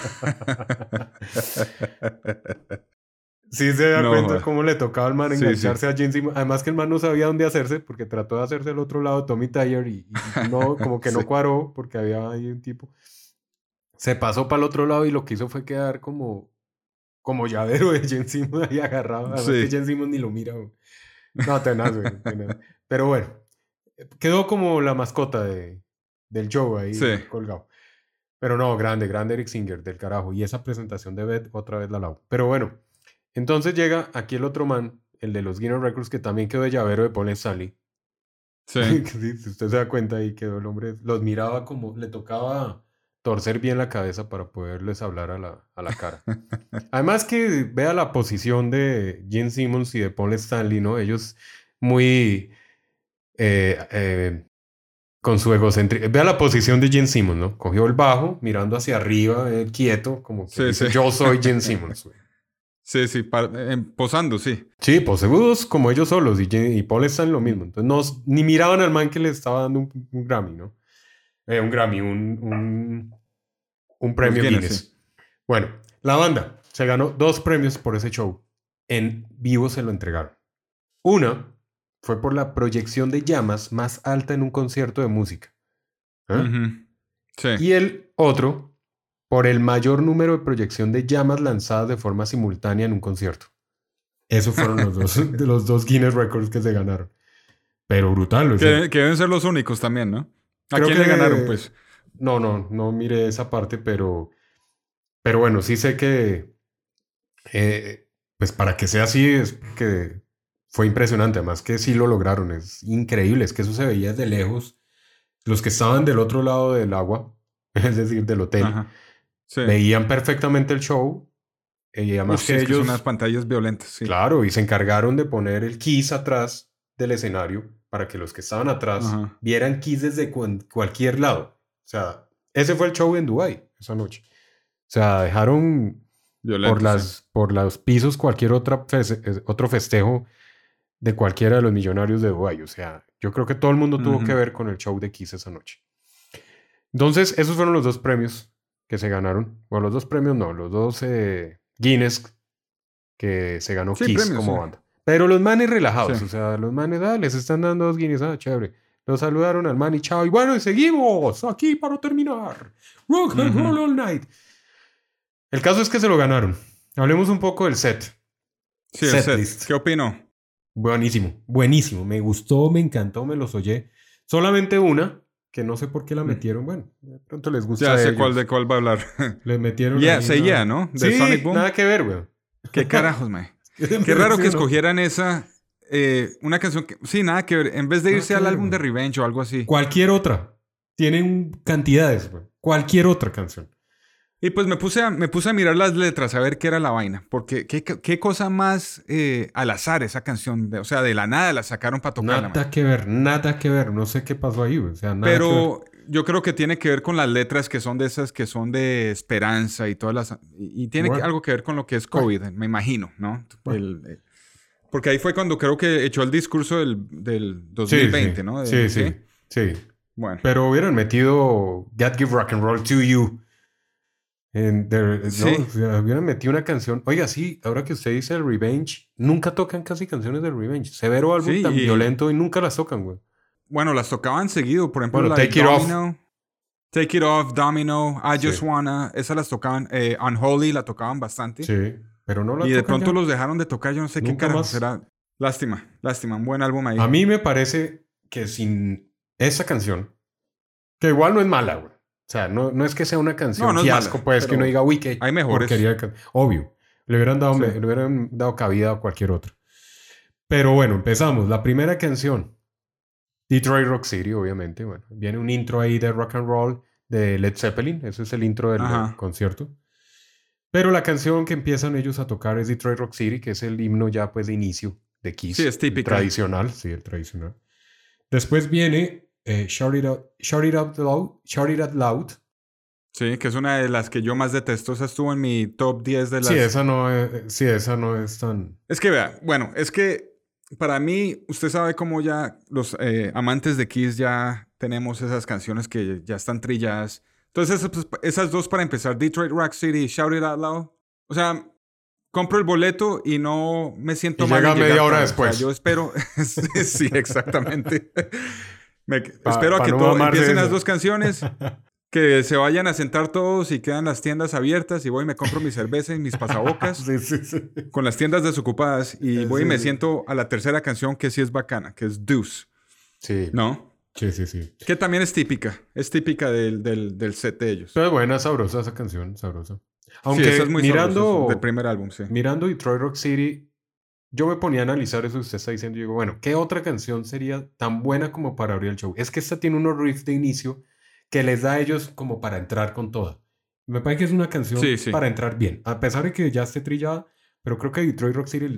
Sí se da cuenta cómo le tocaba al man engancharse a Gene Simmons. Además que el man no sabía dónde hacerse porque trató de hacerse al otro lado de Tommy Thayer y no, como que no cuadró porque había ahí un tipo. Se pasó para el otro lado y lo que hizo fue quedar como llavero de Gene Simmons ahí agarrado. Además que Gene Simmons ni lo mira. Güey. No, tenaz, güey. Tenaz. Pero bueno, quedó como la mascota del show ahí colgado. Pero no, grande Eric Singer, del carajo. Y esa presentación de Beth, otra vez la lavo. Pero bueno, entonces llega aquí el otro man, el de los Guinness Records, que también quedó de llavero de Paul Stanley. Sí. Sí, si usted se da cuenta, ahí quedó el hombre. Los miraba como, le tocaba torcer bien la cabeza para poderles hablar a la cara. Además que vea la posición de Gene Simmons y de Paul Stanley, ¿no? Ellos muy... con su egocentrismo. Vea la posición de Gene Simmons, ¿no? Cogió el bajo, mirando hacia arriba, quieto, como que dice, yo soy Gene Simmons. Güey. Sí, posando, sí. Sí, posegudos como ellos solos, y Paul Stanley lo mismo. Entonces, ni miraban al man que le estaba dando un Grammy, ¿no? Un Grammy, un premio Guinness. Sí. Bueno, la banda se ganó 2 premios por ese show. En vivo se lo entregaron. Una fue por la proyección de llamas más alta en un concierto de música. Sí. Y el otro por el mayor número de proyección de llamas lanzadas de forma simultánea en un concierto. Esos fueron los dos Guinness Records que se ganaron. Pero brutal. Que deben ser los únicos también, ¿no? ¿A quién le ganaron, pues? No miré esa parte, pero bueno, sí sé que pues para que sea así es que fue impresionante, además que sí lo lograron, es increíble, es que eso se veía desde lejos. Los que estaban del otro lado del agua, es decir, del hotel, veían perfectamente el show. Y además que ellos... que son unas pantallas violentas, sí. Claro, y se encargaron de poner el Kiss atrás del escenario para que los que estaban atrás vieran Kiss desde cualquier lado. O sea, ese fue el show en Dubái esa noche. O sea, dejaron por los pisos cualquier otro festejo de cualquiera de los millonarios de Dubái. O sea, yo creo que todo el mundo tuvo que ver con el show de Kiss esa noche. Entonces, esos fueron los 2 premios que se ganaron. Bueno, los 2 premios no, los 2 Guinness que se ganó Kiss como banda. Pero los manes relajados, o sea, los manes, les están dando 2 Guinness, chévere. Los saludaron al man y chao. Y bueno, y seguimos aquí para terminar. Rock and roll all night. El caso es que se lo ganaron. Hablemos un poco del set. Sí, el set. ¿Qué opinó? Buenísimo. Me gustó, me encantó, me los oye. Solamente una, que no sé por qué la metieron. Bueno, de pronto les gusta. Ya sé de cuál va a hablar. Les metieron. ¿no? De sí, Sonic Boom. Nada que ver, güey. ¿Qué carajos, man? Qué raro que escogieran esa. Una canción que... Sí, nada que ver. En vez de irse al álbum de Revenge o algo así. Cualquier otra. Tienen cantidades, güey. Cualquier otra canción. Y pues me puse a mirar las letras, a ver qué era la vaina. Porque qué cosa más al azar esa canción. O sea, de la nada la sacaron para tocarla. Nada que ver. No sé qué pasó ahí, güey. O sea, nada Pero yo creo que tiene que ver con las letras que son de esas que son de esperanza y todas las... Y tiene algo que ver con lo que es COVID, me imagino, ¿no? Porque ahí fue cuando creo que echó el discurso del 2020, ¿no? Sí. Bueno. Pero hubieran metido God Give Rock and Roll to You. ¿no? O sea, hubieran metido una canción. Oiga, sí, ahora que usted dice el Revenge, nunca tocan casi canciones del Revenge. Severo álbum tan violento y nunca las tocan, güey. Bueno, las tocaban seguido. Por ejemplo, Take It Off, Domino, I Just Wanna. Esas las tocaban. Unholy la tocaban bastante. Sí, pero no la tocan. Y de pronto los dejaron de tocar. Yo no sé qué carajo será. Lástima. Un buen álbum ahí. A mí me parece que sin esa canción, que igual no es mala, güey. O sea, no es que sea una canción fiasco, mala, pues, que uno diga, uy, que hay mejores. Obvio. Le hubieran dado cabida a cualquier otro. Pero bueno, empezamos. La primera canción, Detroit Rock City, obviamente. Bueno, viene un intro ahí de rock and roll de Led Zeppelin. Ese es el intro del concierto. Pero la canción que empiezan ellos a tocar es Detroit Rock City, que es el himno ya, pues, de inicio de Kiss. Sí, es típico. Tradicional, sí, el tradicional. Después viene Shout It Out Loud. Sí, que es una de las que yo más detesto. Esa estuvo en mi top 10 de las... esa no es tan... Es que vea, bueno, es que para mí, usted sabe cómo ya los amantes de Kiss ya tenemos esas canciones que ya están trilladas. Entonces, esas dos para empezar, Detroit Rock City y Shout It Out Loud. O sea, compro el boleto y no me siento mal. Llega en llegar media hora tarde. después. O sea, yo espero... Sí, exactamente. Espero a que no empiecen eso. las dos canciones... Que se vayan a sentar todos y quedan las tiendas abiertas y voy y me compro mi cerveza y mis pasabocas Sí. con las tiendas desocupadas y voy y me Sí. siento a la tercera canción que sí es bacana, que es Deuce, Sí. ¿no? Sí. Que también es típica del set de ellos. Pero es buena, sabrosa esa canción, sabrosa. Sí, Aunque esa es muy mirando, sabrosa, del primer álbum, sí. mirando Detroit Rock City, yo me ponía a analizar eso que usted está diciendo y digo, bueno, ¿qué otra canción sería tan buena como para abrir el show? Es que esta tiene unos riffs de inicio que les da a ellos como para entrar con toda. Me parece que es una canción Sí. para entrar bien, a pesar de que ya esté trillada, pero creo que Detroit Rock City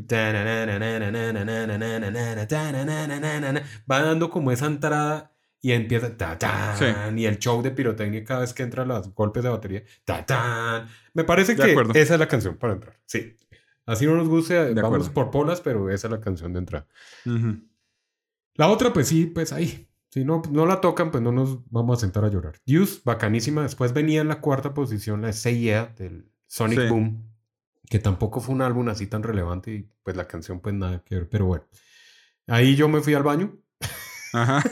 va dando como esa entrada y empieza y el show de pirotecnia cada vez que entran los golpes de batería. Me parece De que acuerdo. esa es la canción para entrar. Sí. Así no nos guste, De vamos acuerdo. por polas, pero esa es la canción de entrada. Ujú. La otra, pues sí, pues ahí. Si no la tocan, pues no nos vamos a sentar a llorar. Deuce, bacanísima. Después venía en la cuarta posición la Say Yeah del Sonic Sí. Boom, que tampoco fue un álbum así tan relevante y pues la canción pues nada que ver. Pero bueno, ahí yo me fui al baño. Ajá.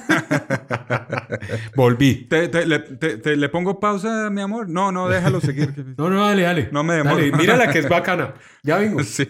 Volví. ¿Le pongo pausa, mi amor? No, déjalo seguir. No, dale. No me demoro. Dale, mírala que es bacana. Ya vengo. Sí.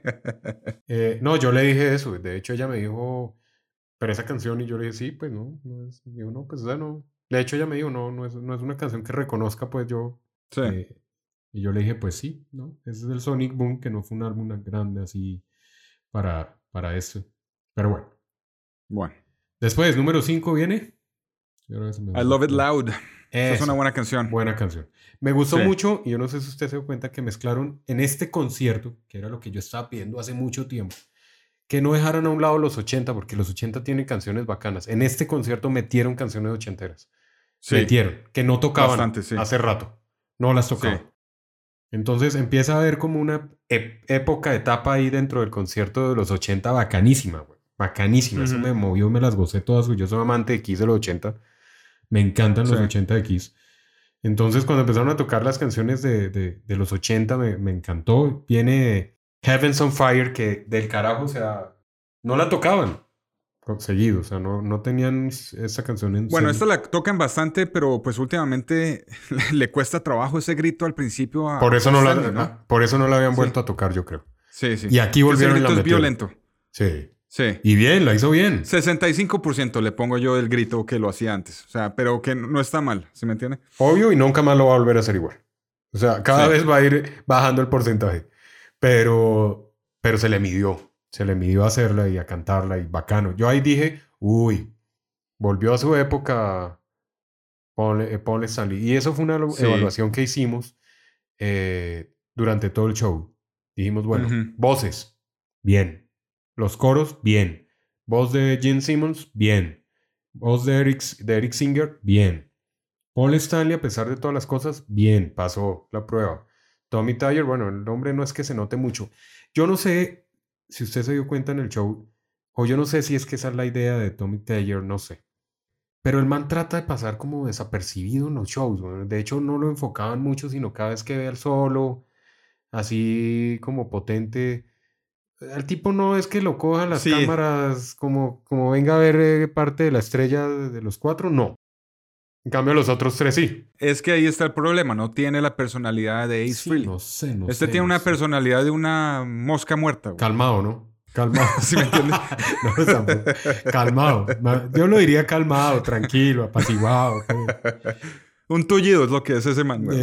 No, yo le dije eso. De hecho, ella me dijo, pero esa canción, y yo le dije, sí, pues no es. Digo, no, pues esa no. De hecho, ella me dijo, no es una canción que reconozca, pues yo. Sí. Y yo le dije, pues sí, ¿no? Ese es el Sonic Boom, que no fue un álbum grande así para eso. Pero bueno. Bueno. Después, número 5 viene. I Love It Loud. Esa es una buena canción. Buena canción. Me gustó Sí. mucho, y yo no sé si usted se dio cuenta que mezclaron en este concierto, que era lo que yo estaba pidiendo hace mucho tiempo, que no dejaran a un lado los 80, porque los 80 tienen canciones bacanas. En este concierto metieron canciones ochenteras. Sí. Metieron, que no tocaban Bastante, sí. hace rato. No las tocaban. Sí. Entonces empieza a haber como una etapa ahí dentro del concierto de los 80 bacanísima, güey. Bacanísima. Eso me movió, me las gocé todas. Yo soy amante de Kiss de los 80. Me encantan los 80 de Kiss. Entonces cuando empezaron a tocar las canciones de los 80 me encantó. Viene Heaven's on Fire, que del carajo, o sea, no la tocaban seguido. O sea, no tenían esa canción en... Bueno, esta la tocan bastante, pero pues últimamente le cuesta trabajo ese grito al principio. Por eso no Stanley, la habían vuelto a tocar, yo creo. Sí. Y aquí volvieron y la grito es metieron. violento. Sí. Sí. Y bien, la hizo bien. 65% le pongo yo del grito que lo hacía antes. O sea, pero que no está mal, ¿sí me entiende? Obvio, y nunca más lo va a volver a hacer igual. O sea, cada vez va a ir bajando el porcentaje. Pero se le midió. Se le midió a hacerla y a cantarla y bacano. Yo ahí dije, uy, volvió a su época Paul Stanley. Y eso fue una evaluación que hicimos durante todo el show. Dijimos, bueno, voces, bien. Los coros, bien. Voz de Gene Simmons, bien. Voz de Eric Singer, bien. Paul Stanley, a pesar de todas las cosas, bien, pasó la prueba. Tommy Thayer, bueno, el nombre no es que se note mucho. Yo no sé si usted se dio cuenta en el show, o yo no sé si es que esa es la idea de Tommy Thayer, no sé. Pero el man trata de pasar como desapercibido en los shows. ¿No? De hecho, no lo enfocaban mucho, sino cada vez que ve al solo, así como potente. El tipo no es que lo cojan las cámaras como venga a ver parte de la estrella de los cuatro, no. En cambio, los otros tres sí. Es que ahí está el problema, no tiene la personalidad de Ace Frehley. No sé. Tiene una personalidad de una mosca muerta. Güey. Calmado, ¿no? Calmado. ¿Sí me entiendes? No, tampoco. Calmado. Yo lo diría calmado, tranquilo, apaciguado. Un tullido es lo que es ese man. No,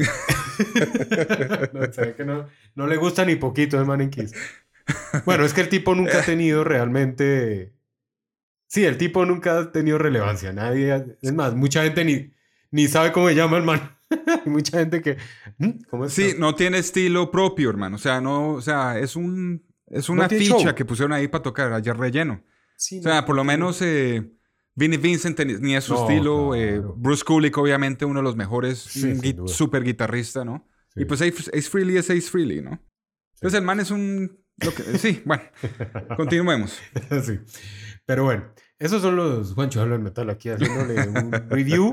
se ve que no le gusta ni poquito el man en Kiss. Bueno, es que el tipo nunca ha tenido realmente... Sí, el tipo nunca ha tenido relevancia. Nadie... Es más, mucha gente ni sabe cómo se llama el man. Hay mucha gente que... ¿Cómo es? Sí, no tiene estilo propio, hermano. O sea, es una ficha que pusieron ahí para tocar, allá relleno. Sí, o sea, por lo menos Vinnie Vincent tenía su No, estilo. claro. Bruce Kulick, obviamente, uno de los mejores. Sí, un sin duda. super guitarrista, ¿no? Sí. Y pues Ace Frehley es Ace Frehley, ¿no? Entonces el man es un... sí, bueno. Continuemos. Sí. Pero bueno, esos son los Juancho Habla Metal aquí haciéndole un review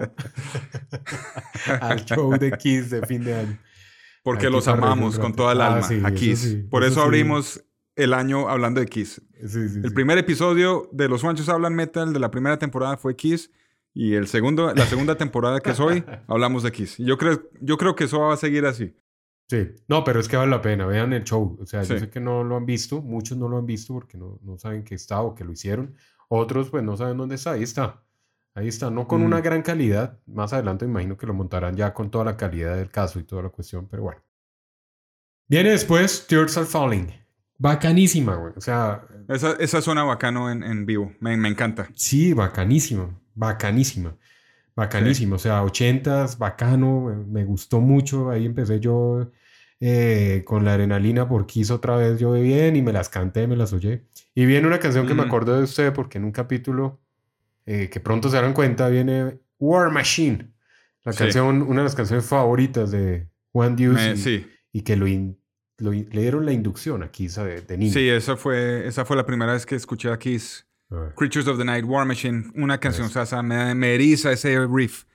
al show de Kiss de fin de año. Porque Aquí los para reír un amamos con rato. toda el alma Sí, a eso Kiss. sí, Por eso sí. abrimos el año hablando de Kiss. Sí, El primer episodio de Los Juanchos Hablan Metal de la primera temporada fue Kiss. Y la segunda temporada que es hoy, hablamos de Kiss. Y yo creo que eso va a seguir así. Sí, no, pero es que vale la pena, vean el show. O sea, yo Sí. sé que no lo han visto, muchos no lo han visto porque no saben que está o que lo hicieron. Otros pues no saben dónde está, ahí está. Ahí está, no con una gran calidad. Más adelante me imagino que lo montarán ya con toda la calidad del caso y toda la cuestión, pero bueno. Viene después Tears Are Falling. Bacanísima, güey. O sea, Esa suena bacano en vivo. Me encanta. sí, bacanísima, bacanísima. Bacanísimo, o sea, 80s, bacano, me gustó mucho. Ahí empecé yo con la adrenalina por Kiss otra vez. Yo bien y me las canté, me las oye. Y viene una canción que me acordé de usted porque en un capítulo que pronto se darán cuenta viene War Machine. La canción, una de las canciones favoritas de Juan Dios y que le dieron la inducción a Kiss de niño. Sí, esa fue la primera vez que escuché a Kiss. Creatures of the Night, War Machine, una canción, o sea, me eriza ese riff.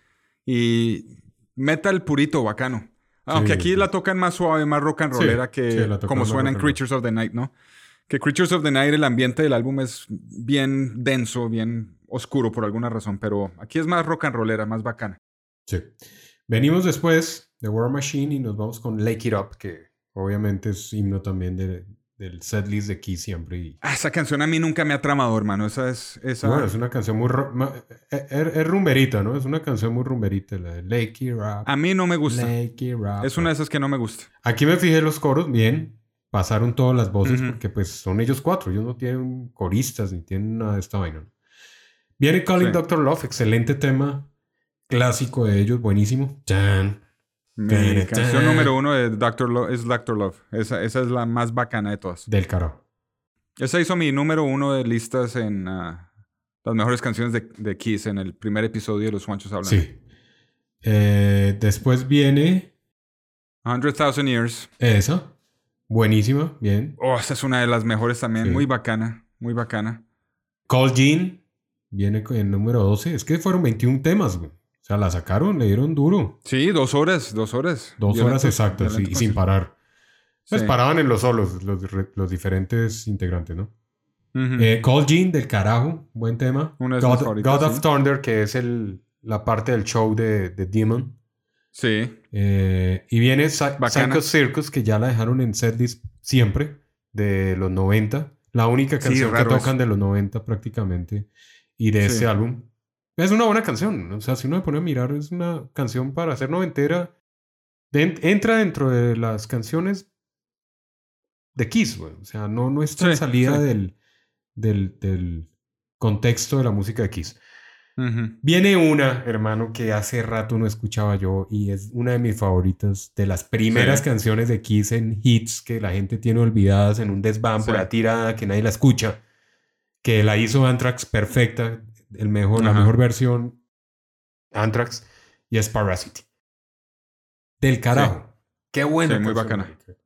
Y metal purito, bacano. Aunque aquí la tocan más suave, más rock and rollera que como suena en Creatures of the Night, ¿no? Que Creatures of the Night, el ambiente del álbum es bien denso, bien oscuro por alguna razón, pero aquí es más rock and rollera, más bacana. Sí. Venimos después de War Machine y nos vamos con Lake It Up, que obviamente es himno también del setlist de Kiss siempre. Esa canción a mí nunca me ha tramado, hermano. Bueno, es una canción muy... es rumberita, ¿no? Es una canción muy rumberita, la de Lake It Up. A mí no me gusta. Lake It Up. Es una de esas que no me gusta. Aquí me fijé los coros, bien. Pasaron todas las voces porque pues son ellos cuatro. Ellos no tienen coristas ni tienen nada de esta vaina. Viene Calling Dr. Love, excelente tema. Clásico de ellos, buenísimo. Mi canción número 1 de Dr. Love es Dr. Love. Esa es la más bacana de todas. Del carajo. Esa hizo mi número 1 de listas en las mejores canciones de Kiss en el primer episodio de Los Juanchos Hablan. Sí. Después viene... 100,000 Years. Esa. Buenísima, bien. Oh, esa es una de las mejores también. Sí. Muy bacana, muy bacana. Call Gene viene con el número 12. Es que fueron 21 temas, güey. O sea, la sacaron, le dieron duro. Sí, 2 horas. 2 horas. 2 horas exactas, sí, y sin parar. Pues paraban en los solos los diferentes integrantes, ¿no? Call Gene del carajo, buen tema. God of Thunder, que es la parte del show de Demon. Sí. Y viene Psycho Circus, que ya la dejaron en setlist siempre, de los 90. La única canción que tocan de los 90 prácticamente. Y de este álbum. Es una buena canción. O sea, si uno me pone a mirar, es una canción para hacer noventera. Entra dentro de las canciones de Kiss, güey. O sea, no es tan salida del contexto de la música de Kiss. Viene una, hermano, que hace rato no escuchaba yo y es una de mis favoritas, de las primeras canciones de Kiss en hits que la gente tiene olvidadas en un desván por la tirada que nadie la escucha, que la hizo Anthrax perfecta, la mejor versión Anthrax, y es Parasite. Del carajo. Qué buena. Sí, muy bacana.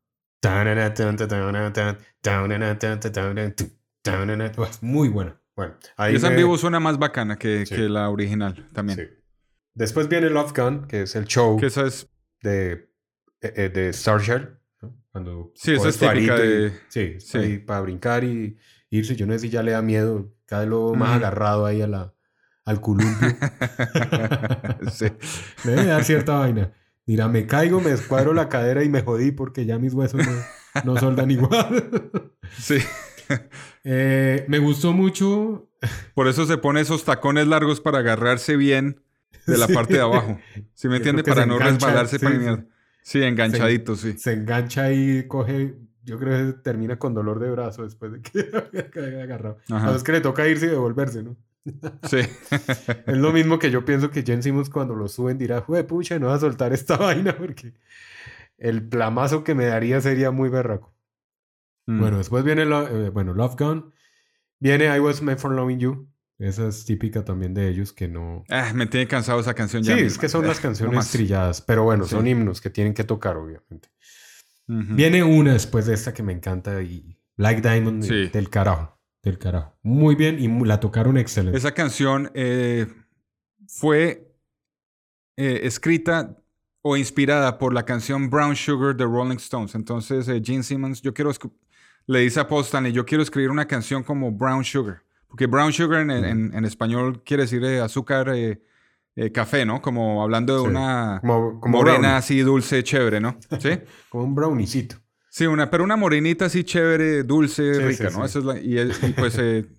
Muy buena. Bueno, ahí esa en vivo suena más bacana que la original también. Sí. Después viene Love Gun, que es el show que esa es... de Starshell, ¿no? Cuando esa es típica de... ahí para brincar y irse. Yo no sé si ya le da miedo. Cada lo más agarrado ahí al columpio. Sí. Me da cierta vaina. Dirá, me caigo, me descuadro la cadera y me jodí porque ya mis huesos no soldan igual. Sí. Me gustó mucho. Por eso se pone esos tacones largos para agarrarse bien de la parte de abajo. ¿Sí me entiende? Para no resbalarse. Sí, enganchadito, Se engancha y coge... Yo creo que termina con dolor de brazo después de que haya agarrado. Es que le toca irse y devolverse, ¿no? Sí. Es lo mismo que yo pienso que Jen Simmons cuando lo suben dirá, pucha, no vas a soltar esta vaina porque el plamazo que me daría sería muy berraco. Bueno, después viene Love Gun. Viene I Was Made for Loving You. Esa es típica también de ellos que no... Me tiene cansado esa canción Sí, ya. es que son las canciones trilladas, pero bueno, son himnos que tienen que tocar, obviamente. Viene una después de esta que me encanta y Black Diamond del carajo. Muy bien y la tocaron excelente. Esa canción fue escrita o inspirada por la canción Brown Sugar de Rolling Stones. Entonces Gene Simmons, le dice a Paul Stanley, yo quiero escribir una canción como Brown Sugar. Porque Brown Sugar en español quiere decir azúcar, café, ¿no? Como hablando de una como morena brownie. así dulce, chévere, ¿no? ¿Sí? Como un browniecito. Sí, pero una morenita así chévere, dulce, rica, ¿no? Sí. Esa es y pues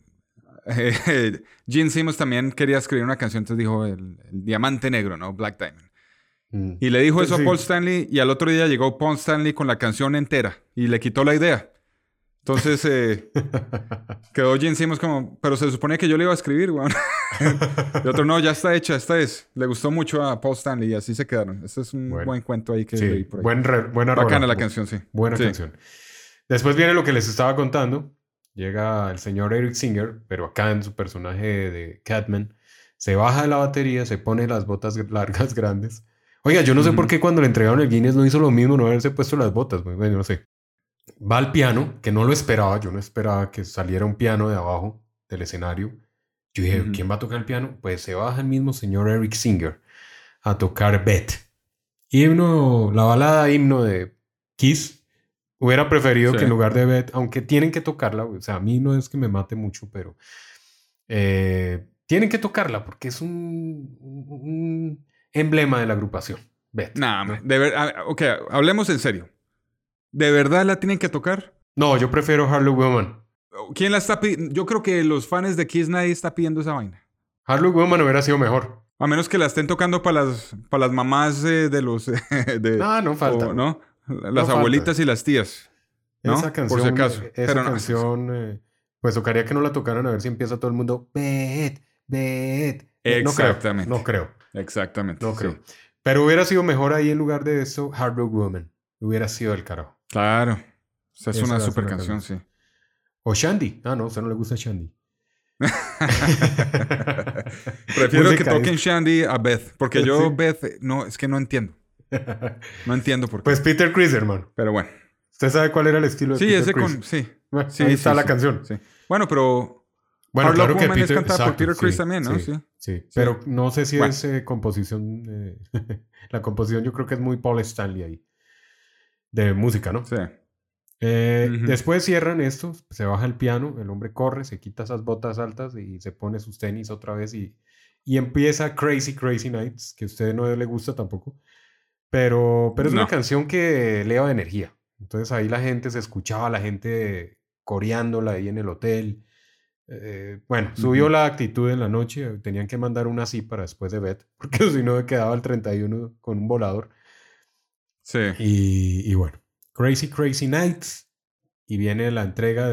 Gene Simmons también quería escribir una canción, entonces dijo el diamante negro, ¿no? Black Diamond. Y le dijo eso a Paul Stanley y al otro día llegó Paul Stanley con la canción entera y le quitó la idea. Entonces quedó Gene Simmons como, pero se supone que yo le iba a escribir, weón. Y otro, no, ya está hecha, esta es. Le gustó mucho a Paul Stanley y así se quedaron. Este es un buen cuento ahí que leí por ahí. Buena Bacana la canción, sí. Buena canción. Después viene lo que les estaba contando. Llega el señor Eric Singer, pero acá en su personaje de Catman, se baja de la batería, se pone las botas largas, grandes. Oiga, yo no sé por qué cuando le entregaron el Guinness no hizo lo mismo, no haberse puesto las botas. Bueno, no sé. Va al piano, que no lo esperaba. Yo no esperaba que saliera un piano de abajo del escenario. Yo dije, ¿quién va a tocar el piano? Pues se baja el mismo señor Eric Singer a tocar Beth. La balada himno de Kiss. Hubiera preferido que en lugar de Beth, aunque tienen que tocarla, o sea, a mí no es que me mate mucho, pero tienen que tocarla porque es un emblema de la agrupación. Beth. Nah, ok, hablemos en serio. ¿De verdad la tienen que tocar? No, yo prefiero Harlow Woman. ¿Quién la está pidiendo? Yo creo que los fans de Kiss nadie está pidiendo esa vaina. Harlow Woman hubiera sido mejor. A menos que la estén tocando para las mamás de los... no falta. ¿no? Las abuelitas y las tías. ¿no? Esa canción, por si acaso. Esa canción, pues tocaría que no la tocaran a ver si empieza todo el mundo. Beth. Exactamente. No creo. Exactamente. No creo. Pero hubiera sido mejor ahí en lugar de eso, Hard Rock Woman. Hubiera sido el carajo. Claro. O sea, es una super canción, sí. O Shandy. No, a usted no le gusta Shandy. Prefiero que toquen Shandy a Beth. Porque yo, Beth, no, es que no entiendo. No entiendo por qué. Pues Peter Criss, hermano. Pero bueno. ¿Usted sabe cuál era el estilo de Peter Criss? Sí. Bueno, ahí está la canción. Sí. Bueno, pero... Bueno, Hard claro Rock que Woman Peter... es cantada por Peter Criss también, ¿no? Sí. Pero no sé si es composición... la composición yo creo que es muy Paul Stanley ahí. De música, ¿no? Sí. Después cierran esto, se baja el piano, el hombre corre, se quita esas botas altas y se pone sus tenis otra vez y empieza Crazy Nights, que a usted no le gusta tampoco, pero es una canción que eleva energía. Entonces ahí la gente se escuchaba, la gente coreándola ahí en el hotel. Subió la actitud en la noche, tenían que mandar una así para después de Beth, porque si no quedaba el 31 con un volador. Sí. Y bueno, Crazy Nights. Y viene la entrega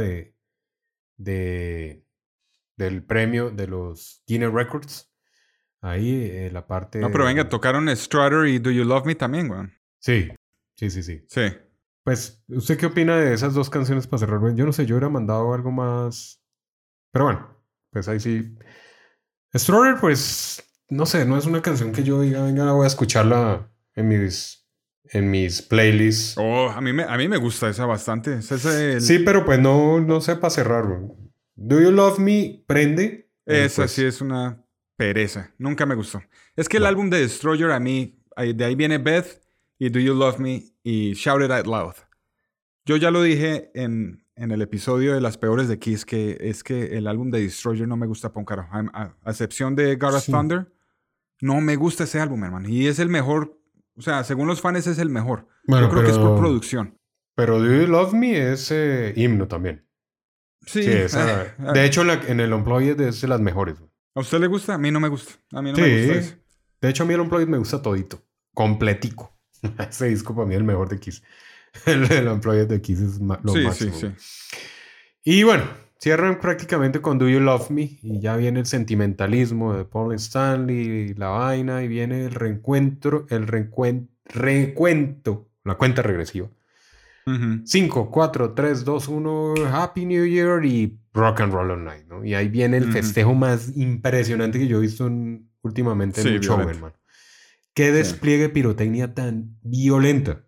del premio de los Guinness Records. Ahí la parte... No, pero venga, tocaron Strutter y Do You Love Me también, güey. Sí. Sí. Pues, ¿usted qué opina de esas dos canciones para cerrar? Yo no sé, yo hubiera mandado algo más... Pero bueno, pues ahí sí. Strutter, pues, no sé, no es una canción que yo diga, venga, voy a escucharla en mis playlists. Oh, a mí me gusta esa bastante. Sí, pero pues no sé para cerrar, güey. Do You Love Me prende. Esa sí es una pereza. Nunca me gustó. Es que el álbum de Destroyer a mí, de ahí viene Beth y Do You Love Me y Shout It Out Loud. Yo ya lo dije en el episodio de las peores de Kiss, que es que el álbum de Destroyer no me gusta para un carajo. A excepción de God of Thunder, no me gusta ese álbum, hermano. Y es el mejor, o sea, según los fans es el mejor. Bueno, yo creo que es por producción. Pero Do You Love Me es himno también. Sí. De hecho, en el Unplugged es de las mejores. ¿A usted le gusta? A mí no me gusta. A mí no me gusta eso. De hecho, a mí el Unplugged me gusta todito. Completico. Ese disco para mí es el mejor de Kiss. El Unplugged de Kiss es lo máximo. Sí. Y bueno, cierran prácticamente con Do You Love Me. Y ya viene el sentimentalismo de Paul Stanley, la vaina. Y viene el reencuentro, la cuenta regresiva. Ujú. 5, 4, 3, 2, 1, Happy New Year y Rock and Roll All Night, ¿no? Y ahí viene el Ujú. festejo más impresionante que yo he visto últimamente en Sí, un show, violento. hermano. Qué despliegue de pirotecnia tan violenta.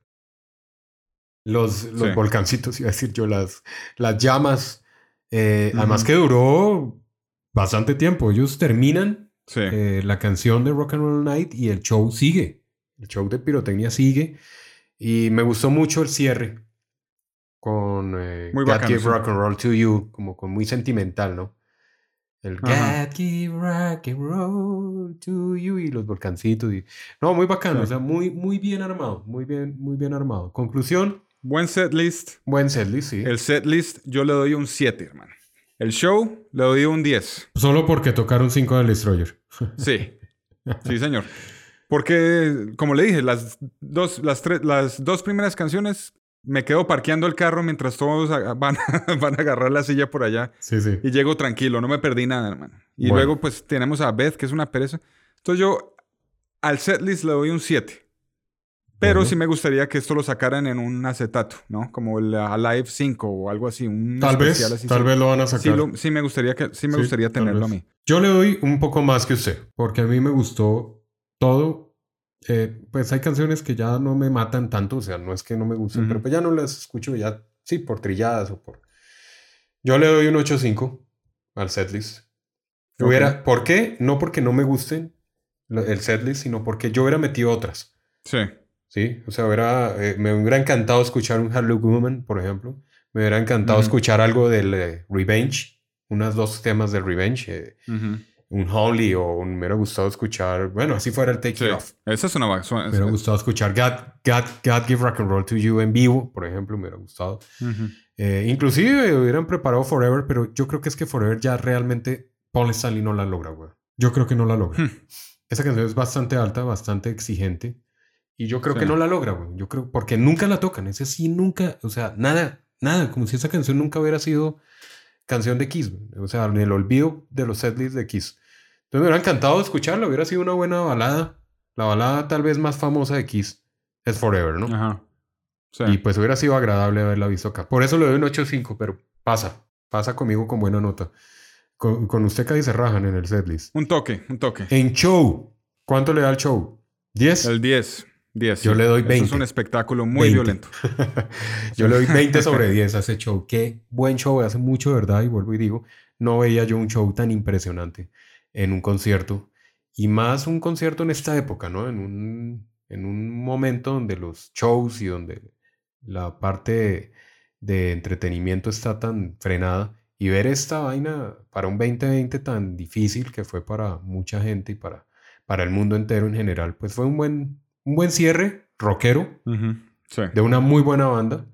Los Sí. volcancitos, iba a decir yo, las llamas. Ujú. Además que duró bastante tiempo. Ellos terminan Sí. la canción de Rock and Roll Night y el show sigue. El show de pirotecnia sigue. Y me gustó mucho el cierre con Muy God bacano, Give sí. Rock and Roll to You, como con muy sentimental, ¿no? El Ajá. God Give Rock and Roll to You y los volcancitos. No, muy bacano, Sí. o sea, muy bien armado, muy bien armado. Conclusión, Buen setlist. buen setlist, sí. El setlist yo le doy un 7, hermano. El show le doy un 10. Solo porque tocaron 5 del Destroyer. Sí. Sí, señor. Porque, como le dije, las dos primeras canciones me quedo parqueando el carro mientras todos van a agarrar la silla por allá. Sí, sí. Y llego tranquilo, no me perdí nada, hermano. Y Bueno. luego, pues, tenemos a Beth, que es una pereza. Entonces yo al setlist le doy un 7. Pero Bueno. sí me gustaría que esto lo sacaran en un acetato, ¿no? Como el Alive 5 o algo así. Un Tal especial vez, así. tal Sí. vez lo van a Sí, sacar. sí me gustaría, Sí, gustaría tal tenerlo a vez. mí. Yo le doy un poco más que usted, porque a mí me gustó todo. Pues hay canciones que ya no me matan tanto, o sea, no es que no me gusten, Ujú. pero pues ya no las escucho ya, sí, por trilladas o por... Yo le doy un 8.5 al setlist. Ok. ¿Por qué? No porque no me gusten el setlist, sino porque yo hubiera metido otras. Sí. Sí, o sea, me hubiera encantado escuchar un Hard Look Woman, por ejemplo. Me hubiera encantado Ujú. escuchar algo del Revenge, unos 2 temas del Revenge, Ujú. un Holly me hubiera gustado escuchar, bueno, así fuera el Take Sí. It Off. Esa es una... Me hubiera gustado escuchar God Give Rock and Roll to You en vivo, por ejemplo, me hubiera gustado. Ujú. Inclusive hubieran preparado Forever, pero yo creo que es que Forever ya realmente Paul Stanley no la logra, güey. Yo creo que no la logra. Esa canción es bastante alta, bastante exigente. Y yo creo Sí. que no la logra, güey. Yo creo, porque nunca la tocan. Ese sí nunca, o sea, nada, como si esa canción nunca hubiera sido canción de Kiss, güey. O sea, en el olvido de los setlists de Kiss. Entonces me hubiera encantado escucharla, hubiera sido una buena balada. La balada tal vez más famosa de Kiss es Forever, ¿no? Ajá. Sí. Y pues hubiera sido agradable haberla visto acá. Por eso le doy un 8.5, pero pasa conmigo con buena nota. Con usted casi se rajan en el setlist. Un toque. En show, ¿cuánto le da al show? ¿10? El 10. 10. Yo le doy 20. Eso es un espectáculo muy 20. violento. Yo le doy 20 sobre 10 a ese show. Qué buen show. Hace mucho, de verdad, y vuelvo y digo, no veía yo un show tan impresionante en un concierto. Y más un concierto en esta época, ¿no? En un momento donde los shows y donde la parte de entretenimiento está tan frenada. Y ver esta vaina para un 2020 tan difícil que fue para mucha gente y para el mundo entero en general, pues fue un buen cierre rockero Ujú. Sí. de una muy buena banda.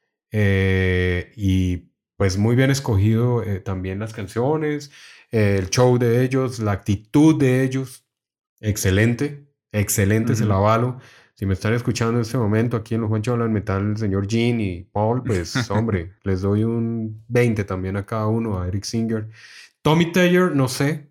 Y pues muy bien escogido también las canciones, el show de ellos, la actitud de ellos. Excelente, excelente, se la avalo. Si me están escuchando en este momento aquí en Los Juanchos Hablan Metal, el señor Gene y Paul, pues hombre, les doy un 20 también a cada uno, a Eric Singer. Tommy Taylor, no sé,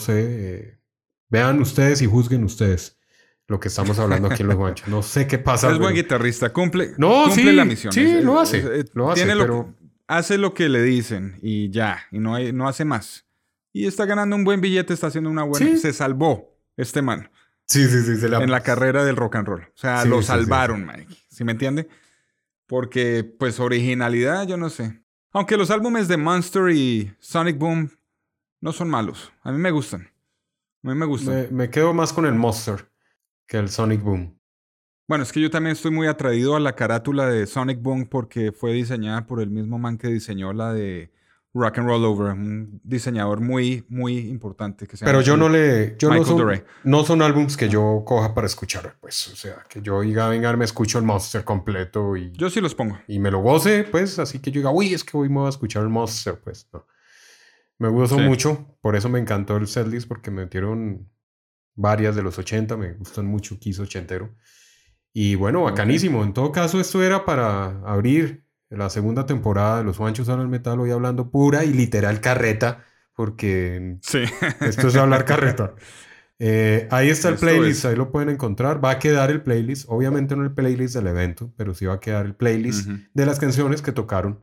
vean ustedes y juzguen ustedes lo que estamos hablando aquí en Los Juanchos. No sé qué pasa. Es buen pero... guitarrista. Cumple sí, la misión. Sí, lo hace. Pero... hace lo que le dicen y ya. Y no hace más. Y está ganando un buen billete, está haciendo una buena... Sí. Se salvó este man. Sí. En la carrera del rock and roll. O sea, Sí, lo sí, salvaron, Mike. ¿Sí me entiende? Porque, pues, originalidad, yo no sé. Aunque los álbumes de Monster y Sonic Boom no son malos. A mí me gustan. Me quedo más con el Monster que el Sonic Boom. Bueno, es que yo también estoy muy atraído a la carátula de Sonic Boom porque fue diseñada por el mismo man que diseñó la de Rock and Roll Over, un diseñador muy, muy importante que se llama Pero no son álbums que yo coja para escuchar, pues, o sea, que yo diga, venga, me escucho el Monster completo y yo sí los pongo. Y me lo goce, pues, así que yo diga, uy, es que hoy me voy a escuchar el Monster, pues, no. Me gustó mucho, por eso me encantó el setlist, porque me metieron varias de los 80, me gustan mucho Kiss ochentero. Y bueno, bacanísimo. En todo caso, esto era para abrir la segunda temporada de Los Juanchos Hablan Metal, hoy hablando pura y literal carreta, porque esto es hablar carreta. Ahí está el Esto playlist, es. ahí lo pueden encontrar. Va a quedar el playlist, obviamente no el playlist del evento, pero sí va a quedar el playlist Ujú. de las canciones que tocaron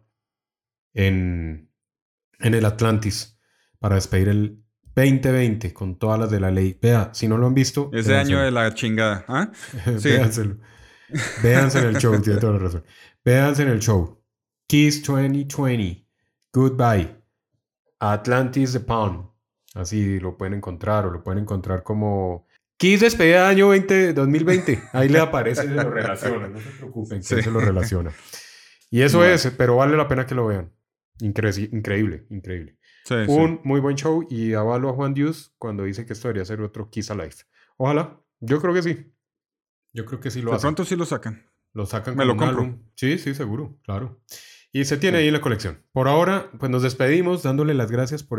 en el Atlantis para despedir el 2020 con todas las de la ley. Vea, si no lo han visto, Ese año véanselo. de la chingada. ¿Ah? Sí. Véanselo. Véanse en el show, tiene toda la razón. Véanse en el show. Kiss 2020. Goodbye. Atlantis The Pound. Así lo pueden encontrar o lo pueden encontrar como Kiss despedida de año 2020. Ahí le aparece y se lo relaciona. No se preocupen, que Sí. se lo relaciona. Y eso Bueno. es, pero vale la pena que lo vean. Increíble. Sí, Un muy buen show y avalo a Juan Dios cuando dice que esto debería ser otro Kiss Alive. Ojalá. Yo creo que sí. Yo creo que sí lo De hacen. pronto sí lo sacan. Lo sacan Me como lo un compro. álbum. Sí, seguro, claro. Y se tiene Sí. ahí en la colección. Por ahora, pues nos despedimos dándole las gracias por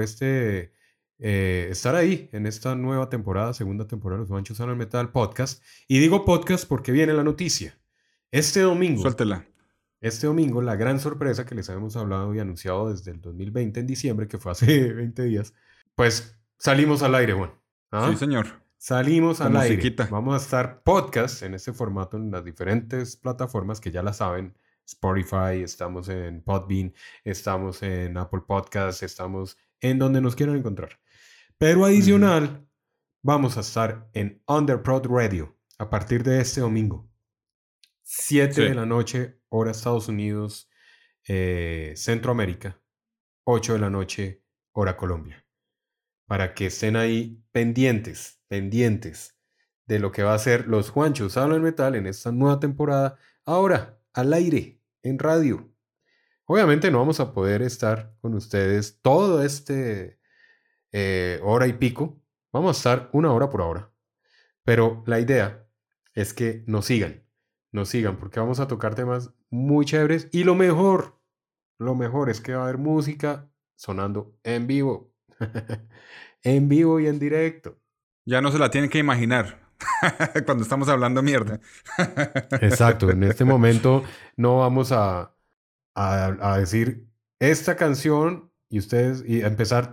estar ahí en esta nueva temporada, segunda temporada de Los Juanchos Hablan Metal podcast. Y digo podcast porque viene la noticia. Este domingo, la gran sorpresa que les habíamos hablado y anunciado desde el 2020 en diciembre, que fue hace 20 días, pues salimos al aire, Juan. ¿Ah? Sí, señor. Salimos Con al aire. musiquita. Vamos a estar podcast en este formato en las diferentes plataformas que ya la saben. Spotify, estamos en Podbean, estamos en Apple Podcasts, estamos en donde nos quieran encontrar. Pero adicional, vamos a estar en Underprod Radio a partir de este domingo. 7 Sí. de la noche, hora Estados Unidos, Centroamérica. 8 de la noche, hora Colombia. Para que estén ahí pendientes de lo que va a ser Los Juanchos Hablan Metal en esta nueva temporada. Ahora, al aire, en radio. Obviamente no vamos a poder estar con ustedes todo hora y pico. Vamos a estar una hora por hora. Pero la idea es que nos sigan, porque vamos a tocar temas muy chéveres. Y lo mejor es que va a haber música sonando en vivo. En vivo y en directo. Ya no se la tienen que imaginar cuando estamos hablando mierda. Exacto, en este momento no vamos a decir esta canción y ustedes y a empezar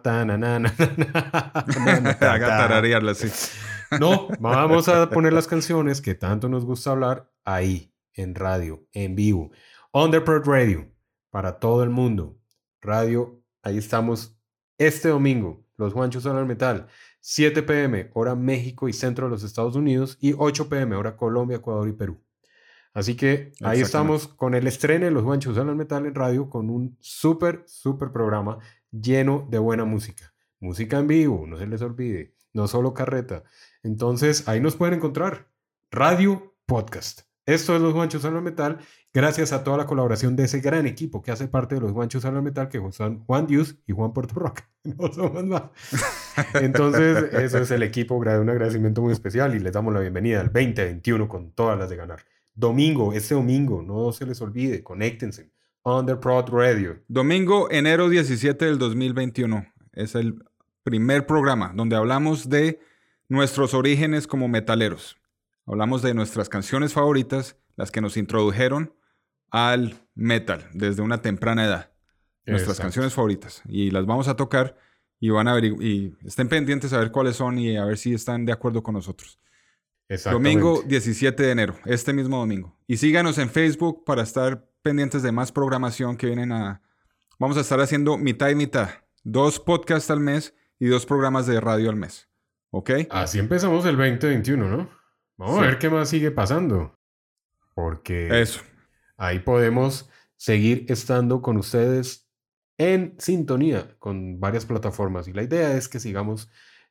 Haga tararearla así. No, vamos a poner las canciones que tanto nos gusta hablar ahí, en radio, en vivo. Underprod Radio, para todo el mundo. Radio, ahí estamos este domingo. Los Juanchos Hablan Metal. 7 p.m. hora México y centro de los Estados Unidos y 8 p.m. hora Colombia, Ecuador y Perú. Así que ahí estamos con el estreno de Los Juanchos Hablan Metal en radio con un súper programa lleno de buena música. Música en vivo, no se les olvide. No solo carreta. Entonces, ahí nos pueden encontrar. Radio Podcast. Esto es Los Juanchos Hablan Metal. Gracias a toda la colaboración de ese gran equipo que hace parte de Los Juanchos Hablan Metal, que son Juan Dios y Juan Puerto Rock. No somos más. Entonces, eso es el equipo. Un agradecimiento muy especial y les damos la bienvenida al 2021 con todas las de ganar. Este domingo, no se les olvide, conéctense. Underprod Radio. Domingo, enero 17 del 2021. Es el primer programa donde hablamos de nuestros orígenes como metaleros. Hablamos de nuestras canciones favoritas, las que nos introdujeron al metal desde una temprana edad. Nuestras canciones favoritas. Y las vamos a tocar y van a ver y estén pendientes a ver cuáles son y a ver si están de acuerdo con nosotros. Domingo 17 de enero, este mismo domingo. Y síganos en Facebook para estar pendientes de más programación que vamos a estar haciendo mitad y mitad. 2 podcasts al mes y 2 programas de radio al mes. ¿Ok? Así empezamos el 2021, ¿no? Vamos a ver qué más sigue pasando. Porque eso. Ahí podemos seguir estando con ustedes en sintonía con varias plataformas. Y la idea es que sigamos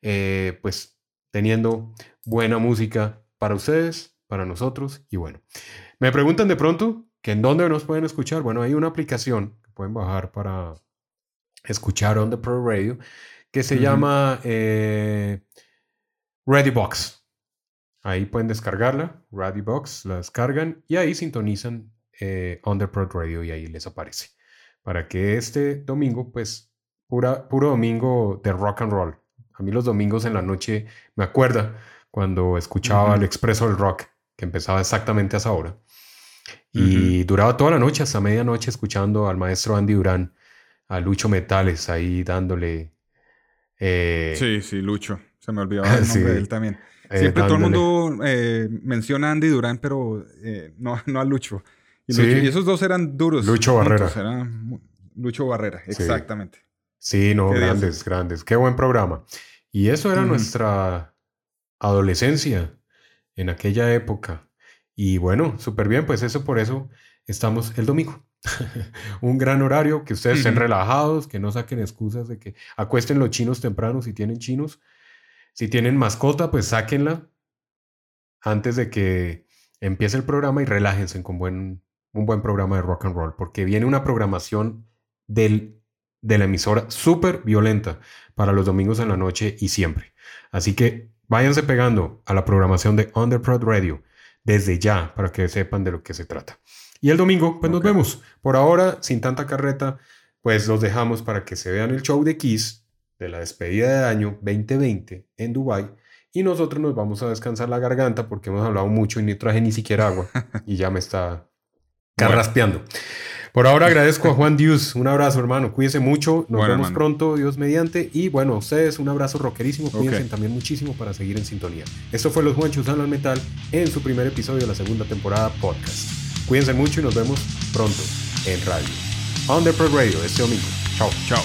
pues teniendo buena música para ustedes, para nosotros. Y bueno, me preguntan de pronto que en dónde nos pueden escuchar. Bueno, hay una aplicación que pueden bajar para escuchar On The Pro Radio que se llama Readybox. Ahí pueden descargarla, Readybox, la descargan y ahí sintonizan Underprod Radio y ahí les aparece. Para que este domingo, pues, puro domingo de rock and roll. A mí los domingos en la noche me acuerda cuando escuchaba el Expreso del Rock, que empezaba exactamente a esa hora. Y duraba toda la noche, hasta medianoche, escuchando al maestro Andy Durán, a Lucho Metales, ahí dándole Sí, Lucho. Se me olvidaba el nombre de él también. Siempre todo el mundo menciona a Andy Durán, pero no a Lucho. Y esos dos eran duros. Lucho Barrera. Lucho Barrera, exactamente. Sí, no, grandes. Qué buen programa. Y eso era nuestra adolescencia en aquella época. Y bueno, súper bien, pues por eso estamos el domingo. Un gran horario, que ustedes estén relajados, que no saquen excusas de que acuesten los chinos temprano si tienen chinos. Si tienen mascota, pues sáquenla antes de que empiece el programa y relájense con un buen programa de rock and roll, porque viene una programación de la emisora súper violenta para los domingos en la noche y siempre. Así que váyanse pegando a la programación de Underprod Radio desde ya para que sepan de lo que se trata. Y el domingo, pues nos vemos. Por ahora, sin tanta carreta, pues los dejamos para que se vean el show de Kiss de la despedida de año 2020 en Dubái. Y nosotros nos vamos a descansar la garganta porque hemos hablado mucho y ni traje ni siquiera agua. Y ya me está carraspeando. Por ahora agradezco a Juan Dios. Un abrazo, hermano. Cuídense mucho. Nos vemos pronto, Dios mediante. Y bueno, a ustedes un abrazo rockerísimo. Cuídense también muchísimo para seguir en sintonía. Esto fue Los Juanchos Hablan Metal en su primer episodio de la segunda temporada podcast. Cuídense mucho y nos vemos pronto en radio. Underprod Radio este domingo. Chao. Chao.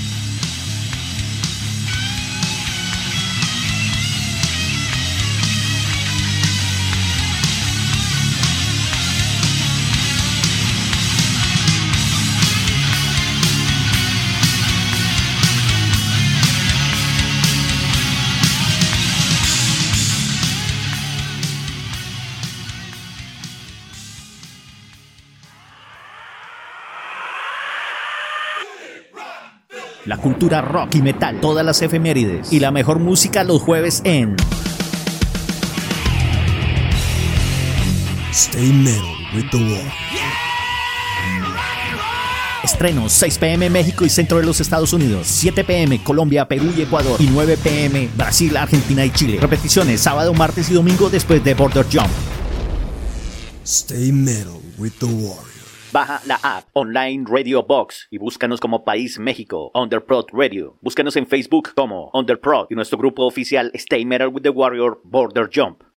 La cultura rock y metal, todas las efemérides y la mejor música los jueves en Stay Metal with the Warrior. Estrenos 6 p.m. México y centro de los Estados Unidos, 7 p.m. Colombia, Perú y Ecuador y 9 p.m. Brasil, Argentina y Chile. Repeticiones sábado, martes y domingo después de Border Jump. Stay Metal with the Warrior. Baja la app Online Radio Box y búscanos como País México, Underprod Radio. Búscanos en Facebook como Underprod y nuestro grupo oficial Stay Metal with the Warrior Border Jump.